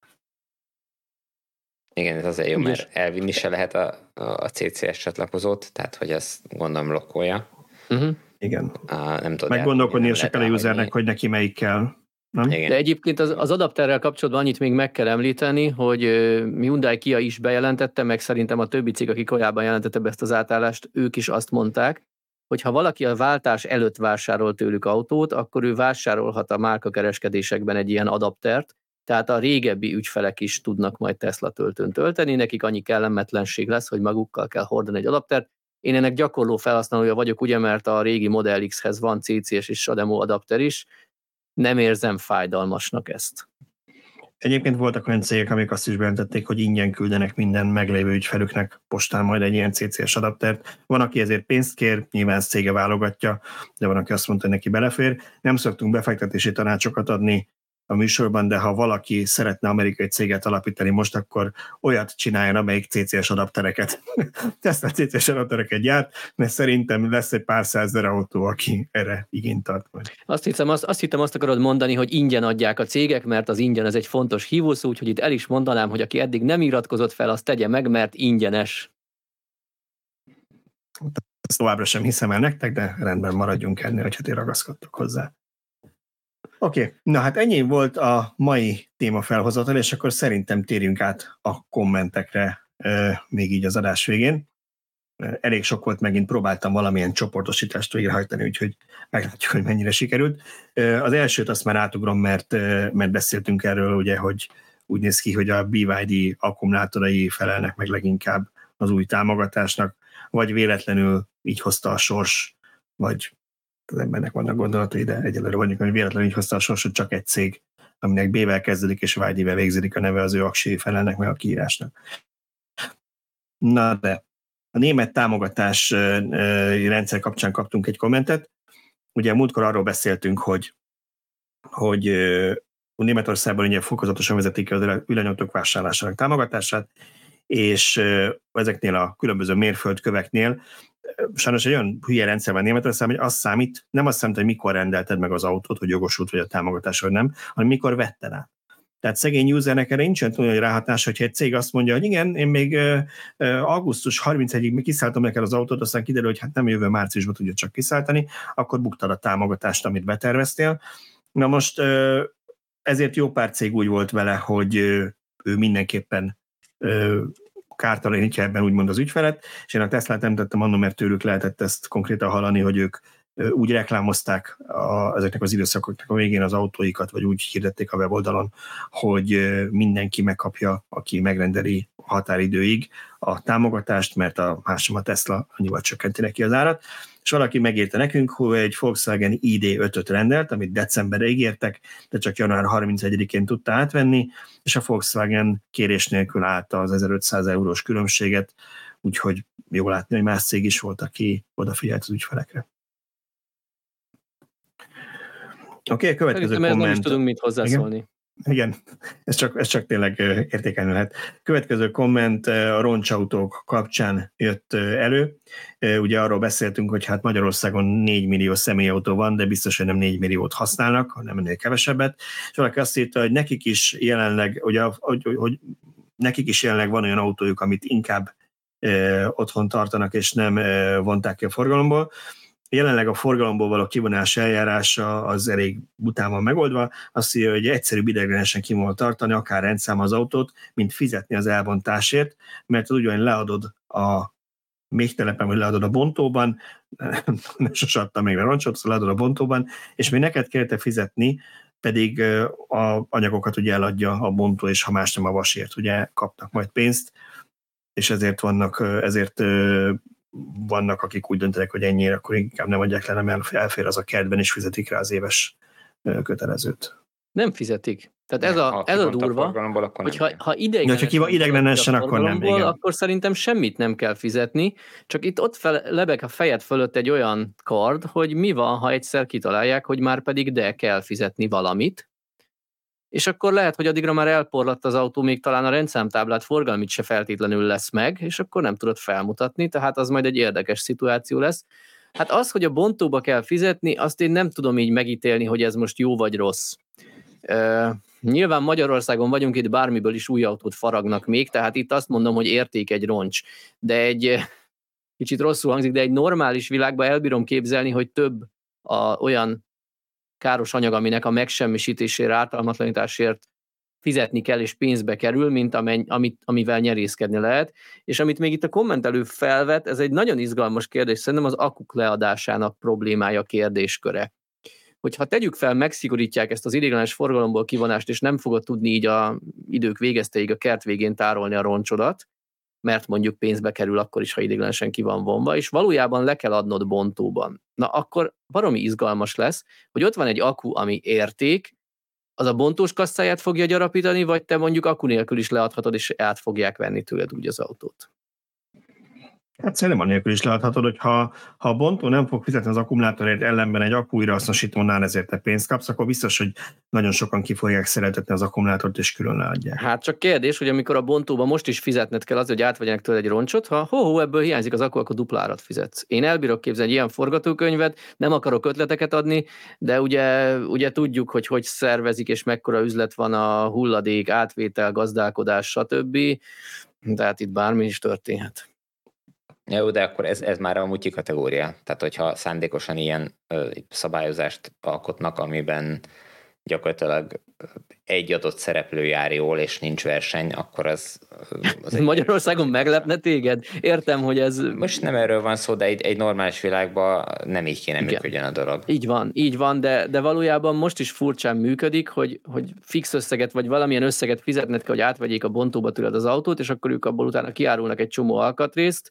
Igen, ez azért jó, mert elvinni se lehet a, a cé cé es csatlakozót, tehát hogy ezt gondolom lokkolja. Uh-huh. Igen. A, nem tudom. Meggondolkodnia se kell a usernek, hogy neki melyik kell. Nem? De egyébként az, az adapterrel kapcsolatban annyit még meg kell említeni, hogy Hyundai Kia is bejelentette, meg szerintem a többi cég, aki korábban jelentette be ezt az átállást, ők is azt mondták, hogy ha valaki a váltás előtt vásárol tőlük autót, akkor ő vásárolhat a márkakereskedésekben egy ilyen adaptert, tehát a régebbi ügyfelek is tudnak majd Tesla töltőn tölteni, nekik annyi kellemetlenség lesz, hogy magukkal kell hordani egy adaptert. Én ennek gyakorló felhasználója vagyok, ugye, mert a régi Model X-hez van cé cé es és Sademo adapter is, nem érzem fájdalmasnak ezt. Egyébként voltak olyan cégek, amik azt is bejelentették, hogy ingyen küldenek minden meglévő ügyfelüknek postán majd egy ilyen cé cé es adaptert. Van, aki ezért pénzt kér, nyilván cége válogatja, de van, aki azt mondta, hogy neki belefér. Nem szoktunk befektetési tanácsokat adni a műsorban, de ha valaki szeretne amerikai céget alapítani most, akkor olyat csináljon, amelyik cé cé es adaptereket. Tesla cé cé es adaptereket gyárt, mert szerintem lesz egy pár százezer autó, aki erre igényt tart majd. Azt hiszem, azt, azt hittem, azt akarod mondani, hogy ingyen adják a cégek, mert az ingyen ez egy fontos hívószó, úgyhogy itt el is mondanám, hogy aki eddig nem iratkozott fel, azt tegye meg, mert ingyenes. Ezt továbbra sem hiszem el nektek, de rendben maradjunk ennél, hogyha ti ragaszkodtok hozzá. Oké, okay. Na hát ennyi volt a mai téma felhozatal, és akkor szerintem térjünk át a kommentekre euh, még így az adás végén. elég sok volt, megint próbáltam valamilyen csoportosítást végrehajtani, úgyhogy meglátjuk, hogy mennyire sikerült. Az elsőt azt már átugrom, mert, mert beszéltünk erről, ugye, hogy úgy néz ki, hogy a bé vé dé akkumulátorai felelnek meg leginkább az új támogatásnak, vagy véletlenül így hozta a sors, vagy az embernek vannak gondolatai, de egyelőre mondjuk, hogy véletlenül így hozta a sors, hogy csak egy cég, aminek B-vel kezdődik, és vé dé-vel végződik a neve, az ő aksjai felelnek meg a kiírásnak. Na de a német támogatás rendszer kapcsán kaptunk egy kommentet. Ugye múltkor arról beszéltünk, hogy, hogy Németországban ugye fokozatosan vezetik az villanyautók vásárlásának támogatását, és ezeknél a különböző mérföldköveknél sajnos egy olyan hülye rendszer van Németországban, hogy azt számít, nem azt számít, hogy mikor rendelted meg az autót, hogy jogosult vagy a támogatás, vagy nem, hanem mikor vetted át. Tehát szegény usernek erre nincsen túl nagy ráhatás, hogyha egy cég azt mondja, hogy igen, én még augusztus harmincegyedikéig még kiszálltam neked az autót, aztán kiderül, hogy hát nem jövő márciusban tudja csak kiszálltani, akkor buktad a támogatást, amit beterveztél. Na most ezért jó pár cég úgy volt vele, hogy ő mindenképpen kártalanítja ebben úgymond az ügyfelet, és én a Teslát nem tettem annól, mert tőlük lehetett ezt konkrétan hallani, hogy ők úgy reklámozták a, ezeknek az időszakoknak a végén az autóikat, vagy úgy hirdették a weboldalon, hogy mindenki megkapja, aki megrendeli határidőig a támogatást, mert a másom a Tesla annyival csökkenti neki az árat, és valaki megírta nekünk, hogy egy Volkswagen I D ötöt rendelt, amit decemberre ígértek, de csak január harmincegyedikén tudta átvenni, és a Volkswagen kérés nélkül állta az ezerötszáz eurós különbséget, úgyhogy jó látni, hogy más cég is volt, aki odafigyelt az ügyfelekre. Oké, okay, következő Szerintem komment. Nem is tudunk mit hozzászólni. Igen, Igen. Ez, csak, ez csak tényleg értékelni lehet. Következő komment a roncsautók kapcsán jött elő. Ugye arról beszéltünk, hogy hát Magyarországon négy millió személyautó van, de biztos, hogy nem négy milliót használnak, hanem ennél kevesebbet. És valaki azt írta, hogy nekik is jelenleg, hogy, hogy, hogy nekik is jelenleg van olyan autójuk, amit inkább eh, otthon tartanak, és nem eh, vonták ki a forgalomból. Jelenleg a forgalomból való kivonás eljárása az elég bután van megoldva. Azt írja, hogy egyszerűbb ideiglenesen kivonva tartani, akár rendszám az autót, mint fizetni az elbontásért, mert úgy olyan leadod a méhtelepen, vagy leadod a bontóban, nem sose adtam még a roncsot, szóval leadod a bontóban, és még neked kellett fizetni, pedig a anyagokat ugye eladja a bontó, és ha más nem a vasért, ugye kapnak majd pénzt, és ezért vannak, ezért vannak, akik úgy döntenek, hogy ennyire, akkor inkább nem adják le, nem elfér az a kertben, és fizetik rá az éves kötelezőt. Nem fizetik. Tehát ez a, ez a durva, hogy ha, ha ideiglenesen, ideiglenesen akkor nem, igen. Akkor szerintem semmit nem kell fizetni, csak itt ott fel, lebeg a fejed fölött egy olyan kard, hogy mi van, ha egyszer kitalálják, hogy már pedig de kell fizetni valamit, és akkor lehet, hogy addigra már elporlatt az autó, még talán a rendszámtáblát, forgalmit se feltétlenül lesz meg, és akkor nem tudod felmutatni, tehát az majd egy érdekes szituáció lesz. Hát az, hogy a bontóba kell fizetni, azt én nem tudom így megítélni, hogy ez most jó vagy rossz. Uh, nyilván Magyarországon vagyunk, itt bármiből is új autót faragnak még, tehát itt azt mondom, hogy érték egy roncs. De egy, kicsit rosszul hangzik, de egy normális világban elbírom képzelni, hogy több a, olyan káros anyag, aminek a megsemmisítésére, ártalmatlanításért fizetni kell és pénzbe kerül, mint amen, amit, amivel nyerészkedni lehet. És amit még itt a kommentelő felvet, ez egy nagyon izgalmas kérdés, szerintem az akuk leadásának problémája kérdésköre. Hogyha tegyük fel, megszigorítják ezt az ideiglenes forgalomból kivonást, és nem fogod tudni így a idők végezteig a kert végén tárolni a roncsodat, mert mondjuk pénzbe kerül akkor is, ha ideiglenesen ki van vonva, és valójában le kell adnod bontóban. Na akkor baromi izgalmas lesz, hogy ott van egy akku, ami érték, az a bontós kasszáját fogja gyarapítani, vagy te mondjuk akku nélkül is leadhatod, és át fogják venni tőled úgy az autót. Hát szerintem anélkül is leadhatod, hogy ha, ha a bontó nem fog fizetni az akkumulátorért, ellenben egy akku újrahasznosítónál ezért te pénzt kapsz, akkor biztos, hogy nagyon sokan ki fogják szeretetni az akkumulátort, és külön leadják. Hát csak kérdés, hogy amikor a bontóban most is fizetned kell az, hogy átvegyenek tőle egy roncsot, ha ho-ho, ebből hiányzik az akku, akkor duplárat fizetsz. Én elbírok képzelni egy ilyen forgatókönyvet, nem akarok ötleteket adni, de ugye, ugye tudjuk, hogy hogy szervezik, és mekkora üzlet van a hulladék, átvétel, gazdálkodás, stb. Tehát itt bármi is történhet. Jó, de akkor ez, ez már a multi kategória. Tehát, hogyha szándékosan ilyen ö, szabályozást alkotnak, amiben gyakorlatilag egy adott szereplő jár jól, és nincs verseny, akkor az... az Magyarországon meglepne téged? Értem, hogy ez... Most nem erről van szó, de egy, egy normális világban nem így kéne Igen. működjön a dolog. Így van, így van, de, de valójában most is furcsán működik, hogy, hogy fix összeget, vagy valamilyen összeget fizetned kell, hogy átvegyék a bontóba tőled az autót, és akkor ők abból utána kiárulnak egy csomó alkatrészt,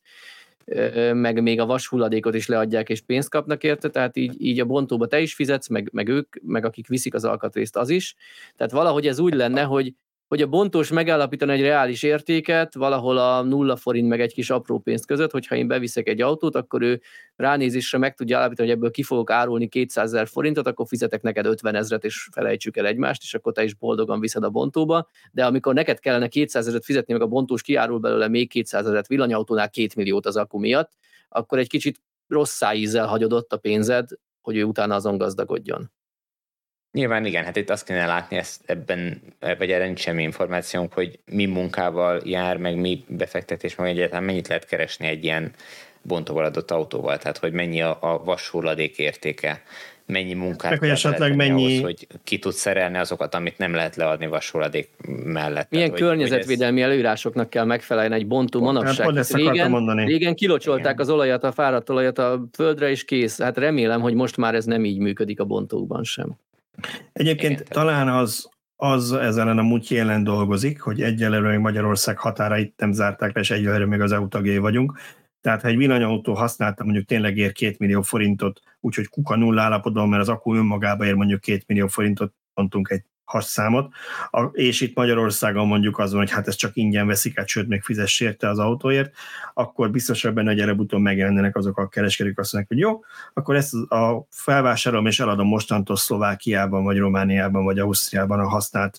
meg még a vashulladékot is leadják, és pénzt kapnak érte, tehát így, így a bontóba te is fizetsz, meg, meg ők, meg akik viszik az alkatrészt, az is. Tehát valahogy ez úgy lenne, hogy, hogy a bontós megállapítani egy reális értéket valahol a nulla forint meg egy kis apró pénzt között, hogyha én beviszek egy autót, akkor ő ránézésre meg tudja állapítani, hogy ebből ki fogok árulni kétszázezer forintot, akkor fizetek neked ötvenezret, és felejtsük el egymást, és akkor te is boldogan viszed a bontóba, de amikor neked kellene kétszázezret fizetni, meg a bontós kiárul belőle még kétszázezret, villanyautónál két milliót az akku miatt, akkor egy kicsit rossz szájízzel hagyod ott a pénzed, hogy ő utána azon gazdagodjon. Nyilván igen, hát itt azt kéne látni, ezt ebben, vagy erre nincs semmi információnk, hogy mi munkával jár, meg mi befektetés, meg egyáltalán mennyit lehet keresni egy ilyen bontóval adott autóval, tehát hogy mennyi a, a vashulladék értéke, mennyi munkát kell esetleg mennyi... ahhoz, hogy ki tud szerelni azokat, amit nem lehet leadni vashulladék mellett. Milyen tehát, környezetvédelmi hogy ez... előírásoknak kell megfelelni egy bontó manapság. Régen, régen kilocsolták az olajat, a fáradt olajat a földre, és kész. Hát remélem, hogy most már ez nem így működik a bontókban sem. Egyébként igen, talán az, az ezen a múlt jelen dolgozik, hogy egyelőre még Magyarország határait nem zárták le, és egyelőre még az é u tagjai vagyunk. Tehát ha egy villanyautó használta mondjuk tényleg ér két millió forintot, úgyhogy kuka nulla állapotban, mert az akku önmagában ér mondjuk két millió forintot, mondtunk egy hasszámot, és itt Magyarországon mondjuk az van, hogy hát ezt csak ingyen veszik át, sőt, még fizess érte az autóért, akkor biztosabb benne, hogy előbb-utóbb megjelennek azok a kereskedők, azt mondják, hogy jó, akkor ezt a felvásárolom és eladom mostantól Szlovákiában, vagy Romániában, vagy Ausztriában a használt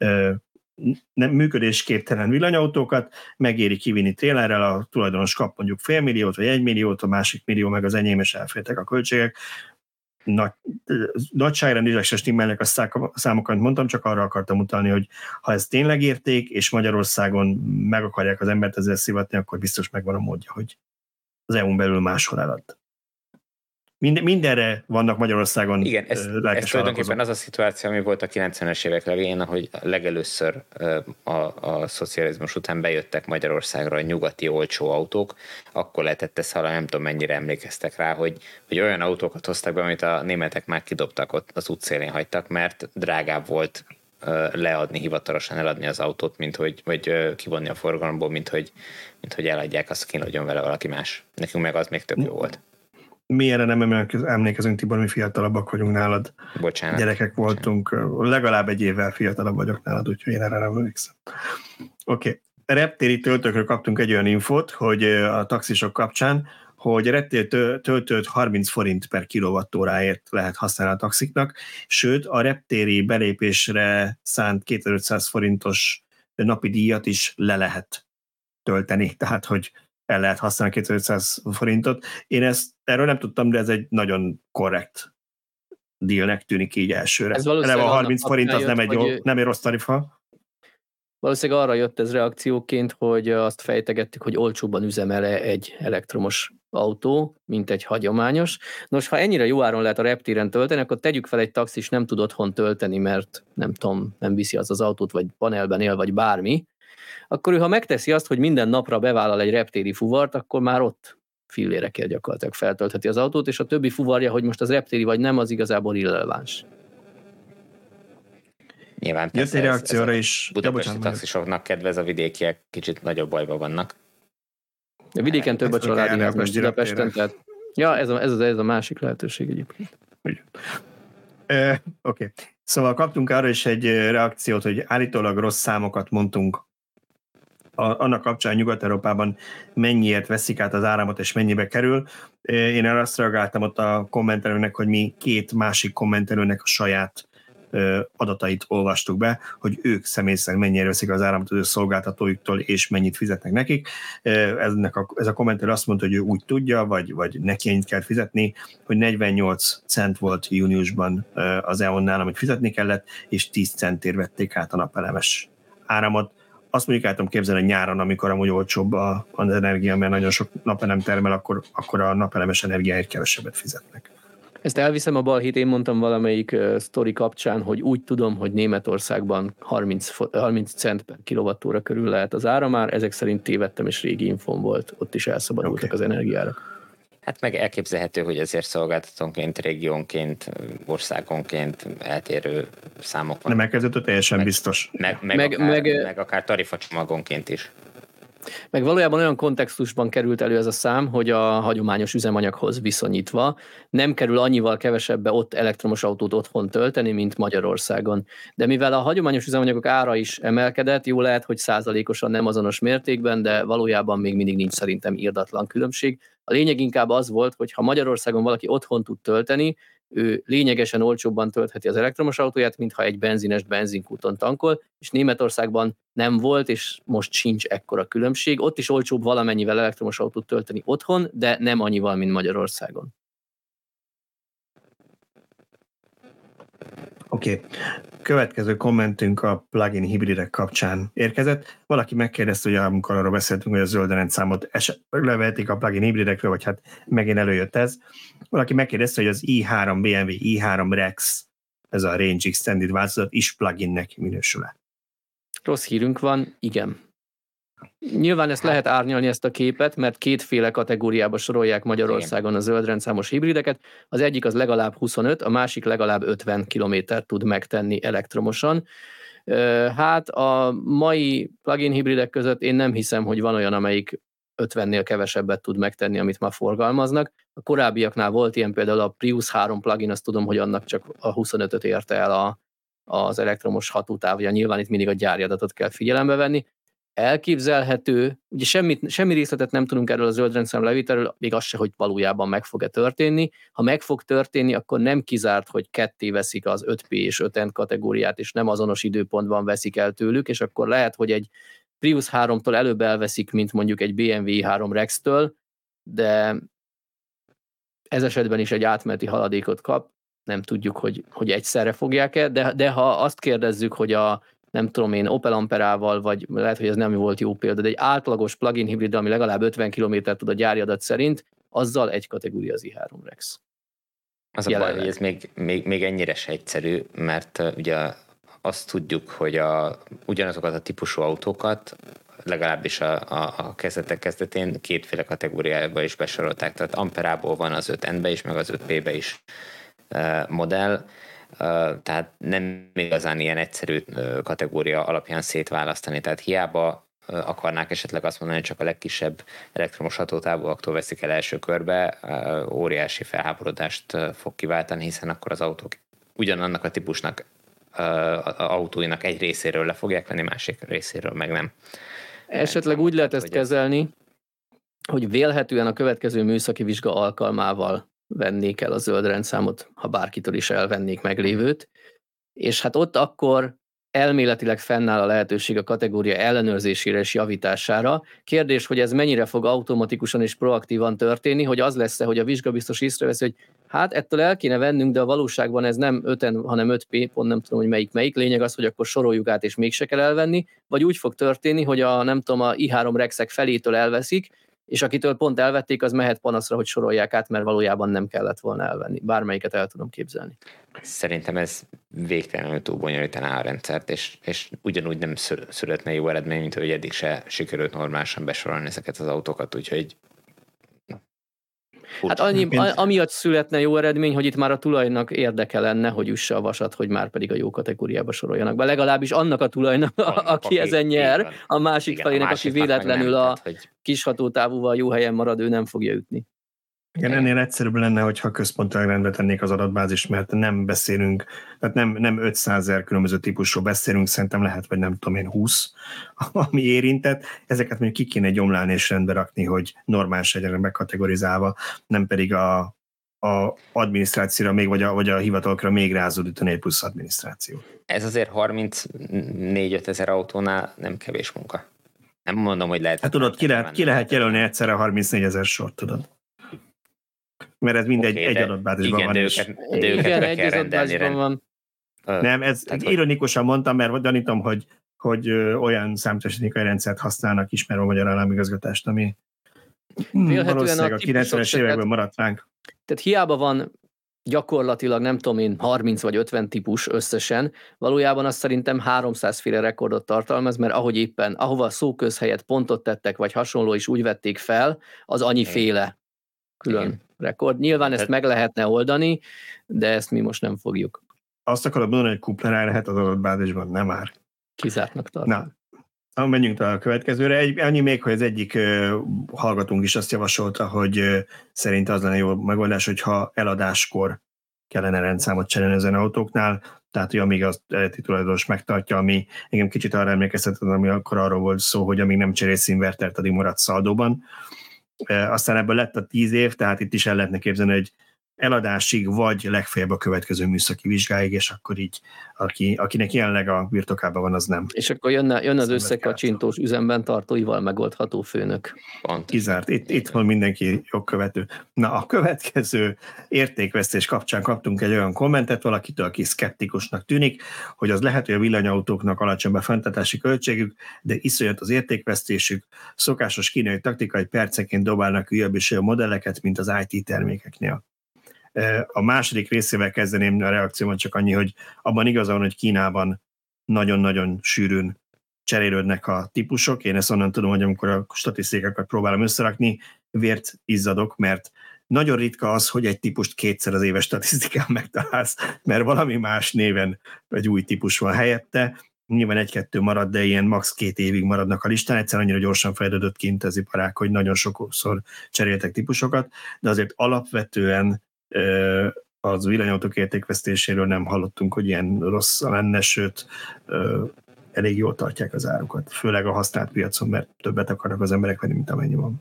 nem működésképtelen villanyautókat, megéri kivinni trélerrel, a tulajdonos kap mondjuk fél milliót, vagy egy milliót, a másik millió meg az enyém, és elfértek a költségek. Nagy, nagyságrendileg se stimmelnek a számokat, amit mondtam, csak arra akartam utalni, hogy ha ez tényleg érték, és Magyarországon meg akarják az embert ezzel szivatni, akkor biztos megvan a módja, hogy az é u-n belül máshol elad. Mind, mindenre vannak Magyarországon. Igen, ez, ez tulajdonképpen az a szituáció, ami volt a kilencvenes évek elején, ahogy legelőször a, a szocializmus után bejöttek Magyarországra a nyugati olcsó autók, akkor lehetett ezt hallani, nem tudom mennyire emlékeztek rá, hogy, hogy olyan autókat hoztak be, amit a németek már kidobtak, ott az útszélén hagytak, mert drágább volt leadni, hivatalosan eladni az autót, mint hogy, vagy kivonni a forgalomból, mint hogy, mint hogy eladják, azt kínlódjon vele valaki más. Nekünk meg az még több jó volt. Mi erre nem emlékezünk, Tibor, mi fiatalabbak vagyunk nálad. Bocsánat. Gyerekek voltunk, bocsánat. Legalább egy évvel fiatalabb vagyok nálad, úgyhogy én erre nem emlékszem. Oké. Okay. Reptéri töltőkről kaptunk egy olyan infót, hogy a taxisok kapcsán, hogy a reptéri töltőt harminc forint per kilovattóráért lehet használni a taxiknak, sőt a reptéri belépésre szánt kétezer-ötszáz forintos napi díjat is le lehet tölteni, tehát hogy el lehet használni kétezer-ötszáz forintot. Én ezt erről nem tudtam, de ez egy nagyon korrekt dealnek tűnik így elsőre. Eleve a harminc forint az jött, nem, egy jó, nem egy rossz tarifa. Valószínűleg arra jött ez reakcióként, hogy azt fejtegettük, hogy olcsóbban üzemel egy elektromos autó, mint egy hagyományos. Nos, ha ennyire jó áron lehet a reptéren tölteni, akkor tegyük fel, egy taxis nem tud otthon tölteni, mert nem tudom, nem viszi az az autót, vagy panelben él, vagy bármi, akkor ő, ha megteszi azt, hogy minden napra bevállal egy reptéri fuvart, akkor már ott fillérekért gyakorlatilag feltöltheti az autót, és a többi fuvarja, hogy most az reptéri vagy nem, az igazából irreleváns. Nyilván persze ez, reakcióra ez is. Budapesti taxisoknak kedvez, a vidékiek kicsit nagyobb bajban vannak. A vidéken több a családi, mint Budapesten, tehát ja, ez a, ez, a, ez a másik lehetőség egyébként. Uh, Oké, okay. Szóval kaptunk arra is egy reakciót, hogy állítólag rossz számokat mondtunk a, annak kapcsán Nyugat-Európában mennyiért veszik át az áramot és mennyibe kerül. Én erre azt reagáltam ott a kommentelőnek, hogy mi két másik kommentelőnek a saját adatait olvastuk be, hogy ők személy szerint mennyire veszik az áramot az ő szolgáltatóiktól, és mennyit fizetnek nekik. Eznek a, ez a kommentelő azt mondta, hogy ő úgy tudja, vagy, vagy neki ennyit kell fizetni, hogy negyvennyolc cent volt júniusban az é on-nál, amit fizetni kellett, és tíz centért vették át a napelemes áramot. Azt mondjuk el tudom képzelni, hogy nyáron, amikor amúgy olcsóbb az energia, mert nagyon sok napelem termel, akkor, akkor a napelemes energiáért kevesebbet fizetnek. Ezt elviszem a balhét, én mondtam valamelyik uh, sztori kapcsán, hogy úgy tudom, hogy Németországban harminc, harminc cent per kilovattóra körül lehet az áramár, ezek szerint tévedtem, és régi infón volt, ott is elszabadultak okay. az energiárak. Hát meg elképzelhető, hogy azért szolgáltatónként, régiónként, országonként eltérő számok van. Nem elkezdődött, teljesen meg, biztos. Meg, meg, meg, akár, meg, meg akár tarifacsomagonként is. Meg valójában olyan kontextusban került elő ez a szám, hogy a hagyományos üzemanyaghoz viszonyítva nem kerül annyival kevesebbe ott elektromos autót otthon tölteni, mint Magyarországon. De mivel a hagyományos üzemanyagok ára is emelkedett, jó lehet, hogy százalékosan nem azonos mértékben, de valójában még mindig nincs szerintem irdatlan különbség. A lényeg inkább az volt, hogy ha Magyarországon valaki otthon tud tölteni, ő lényegesen olcsóbban töltheti az elektromos autóját, mintha egy benzines benzinkúton tankol, és Németországban nem volt, és most sincs ekkora különbség. Ott is olcsóbb valamennyivel elektromos autót tölteni otthon, de nem annyival, mint Magyarországon. Oké. Okay. Következő kommentünk a plugin hibridek kapcsán érkezett. Valaki megkérdezte, hogy amikor arról beszéltünk, hogy a zöld rendszámot esetleg levehetik a plugin hibridekről, vagy hát megint előjött ez. Valaki megkérdezte, hogy az i három bé em vé i három Rex, ez a Range Extended változat is pluginnek minősül-e? Rossz hírünk van, igen. Nyilván ezt lehet árnyalni, ezt a képet, mert kétféle kategóriába sorolják Magyarországon a zöld rendszámos hibrideket. Az egyik az legalább huszonöt, a másik legalább ötven kilométert tud megtenni elektromosan. Hát a mai plug-in hibridek között én nem hiszem, hogy van olyan, amelyik ötvennél kevesebbet tud megtenni, amit már forgalmaznak. A korábbiaknál volt ilyen, például a Prius három plugin, azt tudom, hogy annak csak a huszonötöt érte el a, az elektromos hatótávja. Nyilván itt mindig a gyári adatot kell figyelembe venni. Elképzelhető, ugye semmit, semmi részletet nem tudunk erről a zöld rendszám levitelről, még az se, hogy valójában meg fog-e történni. Ha meg fog történni, akkor nem kizárt, hogy ketté veszik az öt pé és öt en kategóriát, és nem azonos időpontban veszik el tőlük, és akkor lehet, hogy egy Prius háromtól előbb elveszik, mint mondjuk egy bé em vé i három Rex-től, de ez esetben is egy átmeneti haladékot kap, nem tudjuk, hogy, hogy egyszerre fogják-e, de, de ha azt kérdezzük, hogy a nem tudom én, Opel Amperával, vagy lehet, hogy ez nem volt jó példa, de egy átlagos plug-in hibrid, ami legalább ötven kilométert tud a gyári adat szerint, azzal egy kategória az i három Rex. Az a baj, hogy ez még, még, még ennyire se egyszerű, mert uh, ugye azt tudjuk, hogy a, ugyanazokat a típusú autókat legalábbis a, a, a kezdetek kezdetén kétféle kategóriába is besorolták, tehát Amperából van az öt en-be is, meg az öt pé-be is uh, modell, Uh, tehát nem igazán ilyen egyszerű uh, kategória alapján szétválasztani, tehát hiába uh, akarnák esetleg azt mondani, hogy csak a legkisebb elektromos hatótávúaktól veszik el első körbe, uh, óriási felháborodást uh, fog kiváltani, hiszen akkor az autók ugyanannak a típusnak uh, a autóinak egy részéről le fogják venni, másik részéről meg nem. Esetleg úgy lehet ezt kezelni, hogy vélhetően a következő műszaki vizsga alkalmával vennék el a zöld rendszámot, ha bárkitől is elvennék meglévőt, és hát ott akkor elméletileg fennáll a lehetőség a kategória ellenőrzésére és javítására. Kérdés, hogy ez mennyire fog automatikusan és proaktívan történni, hogy az lesz-e, hogy a vizsgabiztos észreveszi, hogy hát ettől el kéne vennünk, de a valóságban ez nem öt en, hanem öt pé, pont nem tudom, hogy melyik melyik. Lényeg az, hogy akkor soroljuk át, és mégse kell elvenni, vagy úgy fog történni, hogy a nem tudom, a i három Rexek felétől elveszik, és akitől pont elvették, az mehet panaszra, hogy sorolják át, mert valójában nem kellett volna elvenni. Bármelyiket el tudom képzelni. Szerintem ez végtelenül túl bonyolítaná a rendszert, és, és ugyanúgy nem születne jó eredmény, mint hogy eddig se sikerült normálisan besorolni ezeket az autókat, úgyhogy... Hát annyi, amiatt születne jó eredmény, hogy itt már a tulajnak érdeke lenne, hogy üsse a vasat, hogy már pedig a jó kategóriába soroljanak be. Legalábbis annak a tulajnak, a, aki ezen nyer, a másik igen, felének, a aki véletlenül nem, a tehát, hogy... kis hatótávúval jó helyen marad, ő nem fogja ütni. Igen, ennél egyszerűbb lenne, hogyha központilag rendbe tennék az adatbázis, mert nem beszélünk, tehát nem, nem ötszázezer különböző típusról beszélünk, szerintem lehet, vagy nem tudom én, húsz, ami érintett. Ezeket mondjuk ki kéne gyomlálni és rendbe rakni, hogy normális legyen megkategorizálva, nem pedig a, a adminisztrációra még, vagy a, vagy a hivatalokra még rázódítani egy plusz adminisztráció. Ez azért harmincnégy-öt ezer autónál nem kevés munka. Nem mondom, hogy lehet... Hát tudod, ki lehet, ki lehet jelölni egyszerre harmincnégy ezer sort, tudod. Mert ez mindegy okay, egy adatbázisban igen, van. De és... őket, de őket igen, be egy kell rendelni. van. Nem, ez tehát, ironikusan mondtam, mert gyanítom, hogy, hogy olyan számítástechnikai rendszert használnak, ismerve a magyar államigazgatást, ami valószínűleg a kilencvenes években maradt ránk. Tehát hiába van gyakorlatilag nem tudom én harminc vagy ötven típus összesen, valójában azt szerintem háromszáz féle rekordot tartalmaz, mert ahogy éppen, ahova szóköz helyett pontot tettek, vagy hasonló is úgy vették fel, az annyi féle külön Igen. rekord. Nyilván ezt meg lehetne oldani, de ezt mi most nem fogjuk. Azt akarod mondani, hogy kuplerá lehet az adatbázisban, nem már. Kizártnak tartom. Na, menjünk a következőre. Egy, annyi még, hogy az egyik uh, hallgatónk is azt javasolta, hogy uh, szerint az lenne jó megoldás, hogyha eladáskor kellene rendszámot cserélni ezen autóknál, tehát hogy amíg az eredeti tulajdonos megtartja, ami engem kicsit arra emlékeztetett, ami akkor arról volt szó, hogy amíg nem cserélsz invertert, addig marad szaldóban. Uh, aztán ebből lett a tíz év, tehát itt is el lehetne képzelni, hogy eladásig, vagy legfeljebb a következő műszaki vizsgáig, és akkor így, aki, akinek jelenleg a birtokában van, az nem. És akkor jönne, jönne az összekacsintós üzemben tartóival megoldható főnök. Pont. Kizárt. Itt, itt van mindenki jogkövető. Na, a következő értékvesztés kapcsán kaptunk egy olyan kommentet valakitől, aki szkeptikusnak tűnik, hogy az lehet, hogy a villanyautóknak alacsony a fenntartási költségük, de iszonyat az értékvesztésük, szokásos kínai taktikai percenként dobálnak újabb és olyan modelleket, mint az i té termékeknél. A második részével kezdeném a reakciómat, csak annyi, hogy abban igaza van, hogy Kínában nagyon-nagyon sűrűn cserélődnek a típusok. Én ezt onnan tudom, hogy amikor a statisztikákat próbálom összerakni, vért izzadok, mert nagyon ritka az, hogy egy típust kétszer az éves statisztikán megtalálsz, mert valami más néven egy új típus van helyette. Nyilván egy-kettő marad, de ilyen max. két évig maradnak a listán. Egyszer annyira gyorsan fejlődött kint az iparág, hogy nagyon sokszor cseréltek típusokat, de azért alapvetően az villanyautók értékvesztéséről nem hallottunk, hogy ilyen rossz lenne, sőt elég jól tartják az árukat, főleg a használt piacon, mert többet akarnak az emberek venni, mint amennyi van.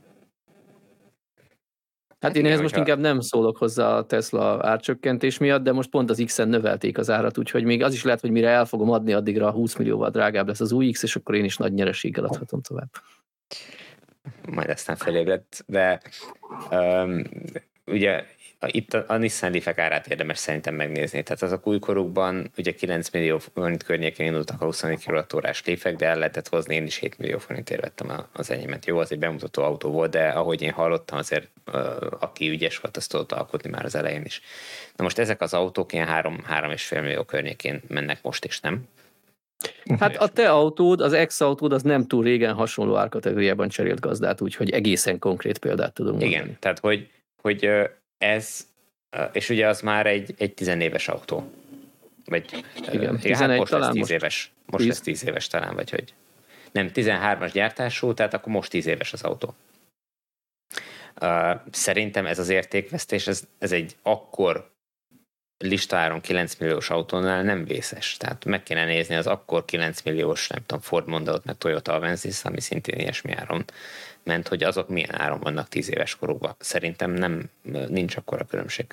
Hát én ehhez most inkább nem szólok hozzá a Tesla árcsökkentés miatt, de most pont az X-en növelték az árat, úgyhogy még az is lehet, hogy mire el fogom adni, addigra húsz millióval drágább lesz az új X, és akkor én is nagy nyereséggel adhatom tovább. Majd aztán felébredt, de um, ugye itt a, a Nissan Leaf-ek árát érdemes szerintem megnézni. Tehát azok újkorukban ugye kilenc millió forint környékén indultak a huszonnégy kilowattórás Leaf-ek, de el lehetett hozni, én is hét millió forintért vettem az enyémet. Jó, az egy bemutató autó volt, de ahogy én hallottam, azért aki ügyes volt, azt tudott alkotni már az elején is. Na most ezek az autók ilyen három és fél millió környékén mennek most is, nem? Hát a te autód, az ex-autód az nem túl régen hasonló árkategóriában cserélt gazdát, úgyhogy egészen konkrét példát tudunk mondani. Igen, tehát hogy, hogy ez, és ugye az már egy, egy tizenéves autó. Vagy, igen, igen hát most lesz tíz éves. Most tíz. lesz tíz éves talán, vagy hogy. Nem, tizenhármas gyártású, tehát akkor most tíz éves az autó. Szerintem ez az értékvesztés, ez, ez egy akkor listáron kilenc milliós autónál nem vészes. Tehát meg kéne nézni az akkor kilenc milliós, nem tudom, Ford Mondeo-t, meg Toyota Avensis, ami szintén ilyesmi áron ment, hogy azok milyen áron vannak tíz éves korukban. Szerintem nem, nincs akkora különbség.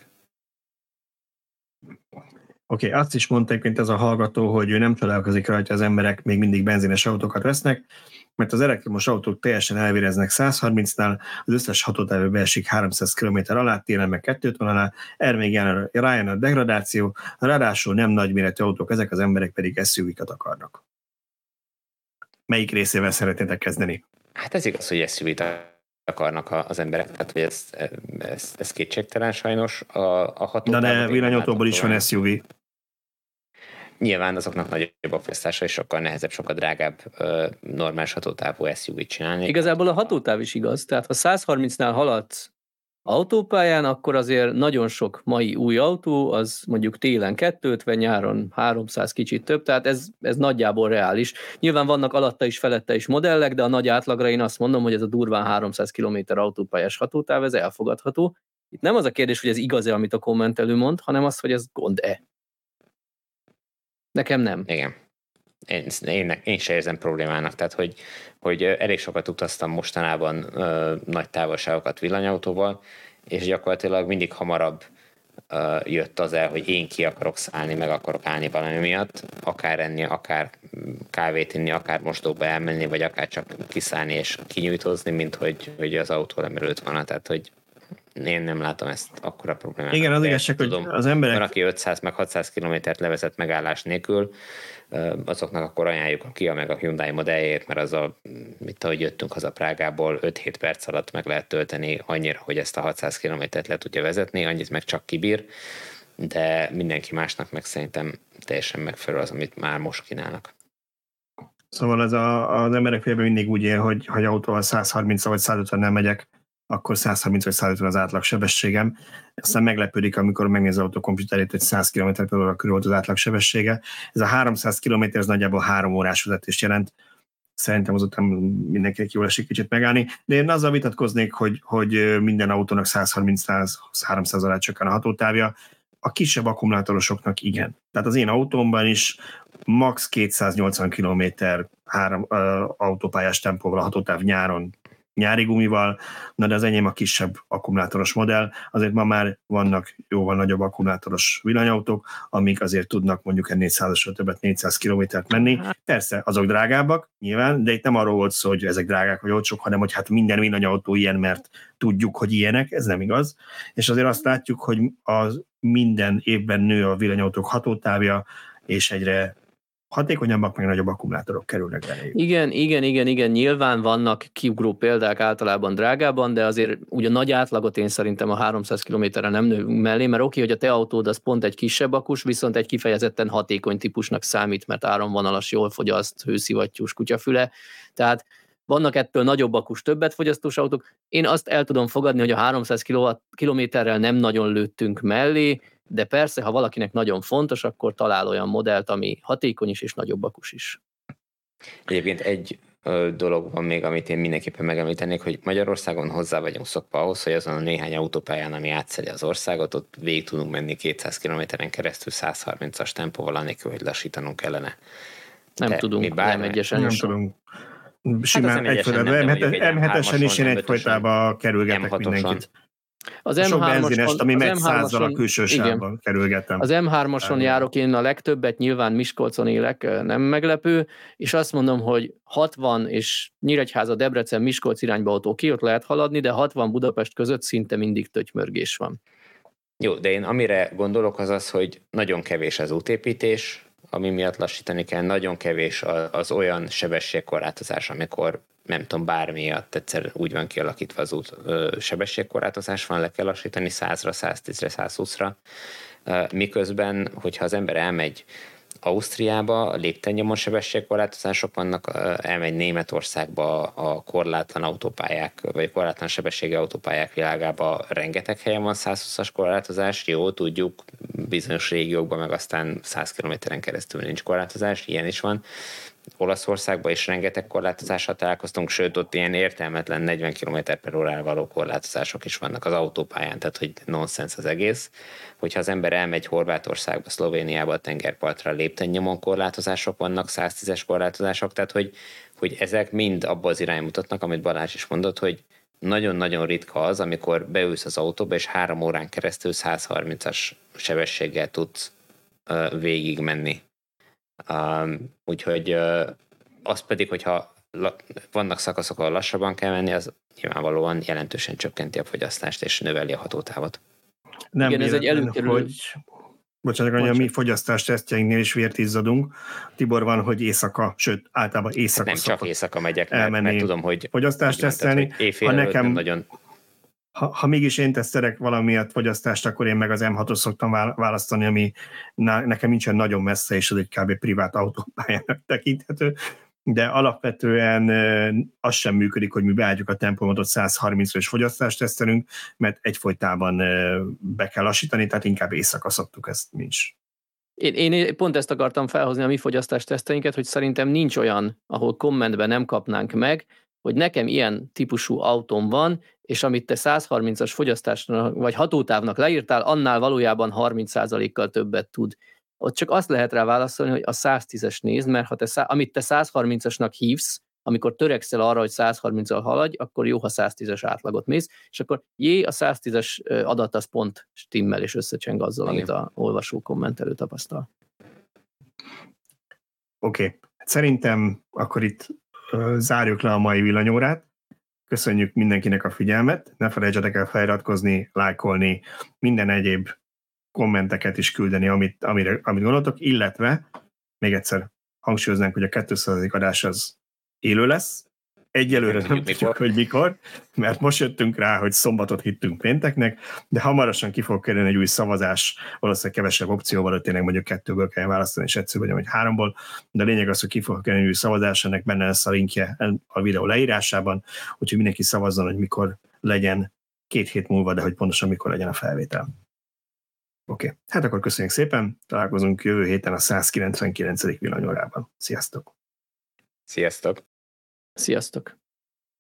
Oké, okay, azt is mondta egyébként ez a hallgató, hogy ő nem csodálkozik rá, hogy az emberek még mindig benzines autókat vesznek, mert az elektromos autók teljesen elvéreznek száz harmincnál, az összes hatótávú beesik háromszáz kilométer alá, télen meg kétszázötven alá, erre még rájön a degradáció, ráadásul nem nagyméretű autók, ezek az emberek pedig es u vé-kat akarnak. Melyik részével szeretnétek kezdeni? Hát ez igaz, hogy es u vé-t akarnak az emberek, tehát hogy ez, ez, ez kétségtelen sajnos. A, a hatótávú... Na de villanyautóból is van es u vé. Nyilván azoknak nagyobb a fogyasztása, és sokkal nehezebb, sokkal drágább normális hatótávú es u vé-t csinálni. Igazából a hatótáv is igaz, tehát ha száz harmincnál haladsz autópályán, akkor azért nagyon sok mai új autó, az mondjuk télen kétszázötven, nyáron háromszáz, kicsit több, tehát ez, ez nagyjából reális. Nyilván vannak alatta is, felette is modellek, de a nagy átlagra én azt mondom, hogy ez a durván háromszáz kilométer autópályás hatótáv, ez elfogadható. Itt nem az a kérdés, hogy ez igaz-e, amit a kommentelő mond, hanem az, hogy ez gond-e. Nekem nem. Igen. Én, én, én se érzem problémának, tehát hogy, hogy elég sokat utaztam mostanában ö, nagy távolságokat villanyautóval, és gyakorlatilag mindig hamarabb ö, jött az el, hogy én ki akarok szállni, meg akarok állni valami miatt, akár enni, akár kávét inni, akár mosdóba elmenni, vagy akár csak kiszállni és kinyújtózni, mint hogy, hogy az autó lemerült volna, tehát hogy én nem látom ezt akkora problémát. Igen, az igazság, hogy az emberek... Van, aki ötszáz meg hatszáz kilométert levezet megállás nélkül, azoknak akkor ajánljuk a Kia meg a Hyundai modelljét, mert az a, mit ahogy jöttünk haza Prágából, öt-hét perc alatt meg lehet tölteni annyira, hogy ezt a hatszáz kilométert le tudja vezetni, annyit meg csak kibír. de mindenki másnak meg szerintem teljesen megfelelő az, amit már most kínálnak. Szóval ez a, az emberek fejében mindig úgy él, hogy, hogy autóval száz harminc vagy száz ötven nem megyek, akkor száz harminc vagy száz ötven az átlag sebességem. Aztán meglepődik, amikor megnéz az autó komputerét, hogy száz kilométer per óra körül volt az átlag sebessége. Ez a háromszáz kilométer, ez nagyjából három órás vezetést jelent. Szerintem azután mindenkinek jól esik kicsit megállni. De én azzal vitatkoznék, hogy, hogy minden autónak száz harminc-háromszáz alá csökken a hatótávja. A kisebb akkumulátorosoknak igen. Tehát az én autómban is max. kétszáznyolcvan kilométer három uh, autópályás tempóval a hatótáv nyáron, nyári gumival, na de az enyém a kisebb akkumulátoros modell, azért ma már vannak jóval nagyobb akkumulátoros villanyautók, amik azért tudnak mondjuk egy négyszázasról többet, négyszáz kilométert menni. Persze, azok drágábbak, nyilván, de itt nem arról volt szó, hogy ezek drágák vagy olcsók, hanem hogy hát minden villanyautó ilyen, mert tudjuk, hogy ilyenek, ez nem igaz. És azért azt látjuk, hogy az minden évben nő a villanyautók hatótávja, és egyre hatékonyabbak, meg nagyobb akkumulátorok kerülnek beléjük. Igen, igen, igen, igen, nyilván vannak kiugró példák általában drágában, de azért ugye nagy átlagot én szerintem a háromszáz kilométerre nem növünk mellé, mert oké, hogy a te autód az pont egy kisebb akus, viszont egy kifejezetten hatékony típusnak számít, mert áramvonalas, jól fogyaszt, hőszivattyús kutyafüle, tehát vannak ettől nagyobb akus, többet fogyasztós autók. Én azt el tudom fogadni, hogy a háromszáz kilométerrel nem nagyon lőttünk mellé, de persze, ha valakinek nagyon fontos, akkor talál olyan modellt, ami hatékony is és nagyobb akus is. Egyébként egy ö, dolog van még, amit én mindenképpen megemlítenék, hogy Magyarországon hozzá vagyunk szokva ahhoz, hogy azon a néhány autópályán, ami átszeli az országot, ott végig tudunk menni kétszáz kilométeren keresztül száz harmincas tempóval, anélkül, hogy lassítanunk kellene. Nem de tudunk, nem egyesen. Nem tudunk. Simán hát egyfajtában em hetesen is én egyfajtában kerülgetek mindenkit. Az Sok benzinest, ami megy százzal a külső sávban kerülgetem. Az em hármason járok én a legtöbbet, nyilván Miskolcon élek, nem meglepő, és azt mondom, hogy hatvan és Nyíregyháza, Debrecen, Miskolc irányba autó ki, ott lehet haladni, de hatvan Budapest között szinte mindig tötymörgés van. Jó, de én amire gondolok az az, hogy nagyon kevés az útépítés, ami miatt lassítani kell, nagyon kevés az olyan sebességkorlátozás, amikor nem tudom, bármiatt egyszer úgy van kialakítva az út, sebességkorlátozás van, le kell lassítani százra, száztízre, százhúszra, miközben, hogyha az ember elmegy Ausztriába, a léptennyomon sebességkorlátozások vannak, elmegy Németországba a korlátlan autópályák, vagy korlátlan sebességi autópályák világába rengeteg helyen van százhúszas korlátozás, jó, tudjuk, bizonyos régiókban meg aztán száz kilométeren keresztül nincs korlátozás, ilyen is van. Olaszországban is rengeteg korlátozással találkoztunk, sőt, ott ilyen értelmetlen negyven kilométer per órával való korlátozások is vannak az autópályán, tehát hogy nonsens az egész. Hogyha az ember elmegy Horvátországba, Szlovéniába, a tengerpartra, léptennyomon korlátozások vannak, száztízes korlátozások, tehát hogy, hogy ezek mind abba az irány mutatnak, amit Balázs is mondott, hogy nagyon-nagyon ritka az, amikor beülsz az autóba, és három órán keresztül száz harmincas sebességgel tudsz uh, végig menni. Um, úgyhogy uh, az pedig, hogyha la, vannak szakaszok, ahol lassabban kell menni, az nyilvánvalóan jelentősen csökkenti a fogyasztást és növeli a hatótávot. Nem igen, ez egy előkerülő. Hogy... Bocsánat, hogy a mi fogyasztás tesztjeinknél is vért izzadunk. Tibor van, hogy éjszaka, sőt, általában éjszaka hát nem csak éjszaka megyek, mert, mert tudom, hogy fogyasztást tesztelni. Ha nekem nagyon... Ha, ha mégis én tesztelek valamiatt fogyasztást, akkor én meg az em hatot szoktam választani, ami nekem nincsen nagyon messze, és az egy kb. Privát autópályának tekinthető, de alapvetően az sem működik, hogy mi beálljuk a tempomatot száz harmincra és fogyasztást tesztelünk, mert egyfolytában be kell lassítani, tehát inkább éjszaka szoktuk ezt mi is. Én, én pont ezt akartam felhozni a mi fogyasztás teszteinket, hogy szerintem nincs olyan, ahol kommentben nem kapnánk meg, hogy nekem ilyen típusú autóm van, és amit te száz harmincas fogyasztásnak vagy hatótávnak leírtál, annál valójában harminc százalékkal többet tud. Ott csak azt lehet rá válaszolni, hogy a száz tízes nézd, mert ha te szá- amit te száz harmincasnak hívsz, amikor törekszel arra, hogy száz harminccal haladj, akkor jó, ha száz tízes átlagot mész, és akkor jé, a száz tízes adat az pont stimmel és összecseng azzal, igen, amit a olvasó kommentelő tapasztal. Oké, okay. Szerintem akkor itt uh, zárjuk le a mai villanyórát. Köszönjük mindenkinek a figyelmet, ne felejtsetek el feliratkozni, lájkolni, minden egyéb kommenteket is küldeni, amit, amire, amit gondoltok, illetve még egyszer hangsúlyoznánk, hogy a kétszázadik adás az élő lesz, Egyelőre nem, nem tudjuk, hogy mikor, mert most jöttünk rá, hogy szombatot hittünk pénteknek, de hamarosan ki fog kerülni egy új szavazás, valószínűleg kevesebb opcióval, hogy tényleg mondjuk kettőből kell választani, és egyszerűen vagy háromból, de a lényeg az, hogy ki fog kerülni egy új szavazás, ennek benne lesz a linkje a videó leírásában, úgyhogy mindenki szavazzon, hogy mikor legyen két hét múlva, de hogy pontosan mikor legyen a felvétel. Oké, okay. Hát akkor köszönjük szépen, találkozunk jövő héten a százkilencvenkilencedik villanyórában. Sziasztok! Sziasztok! Sziasztok!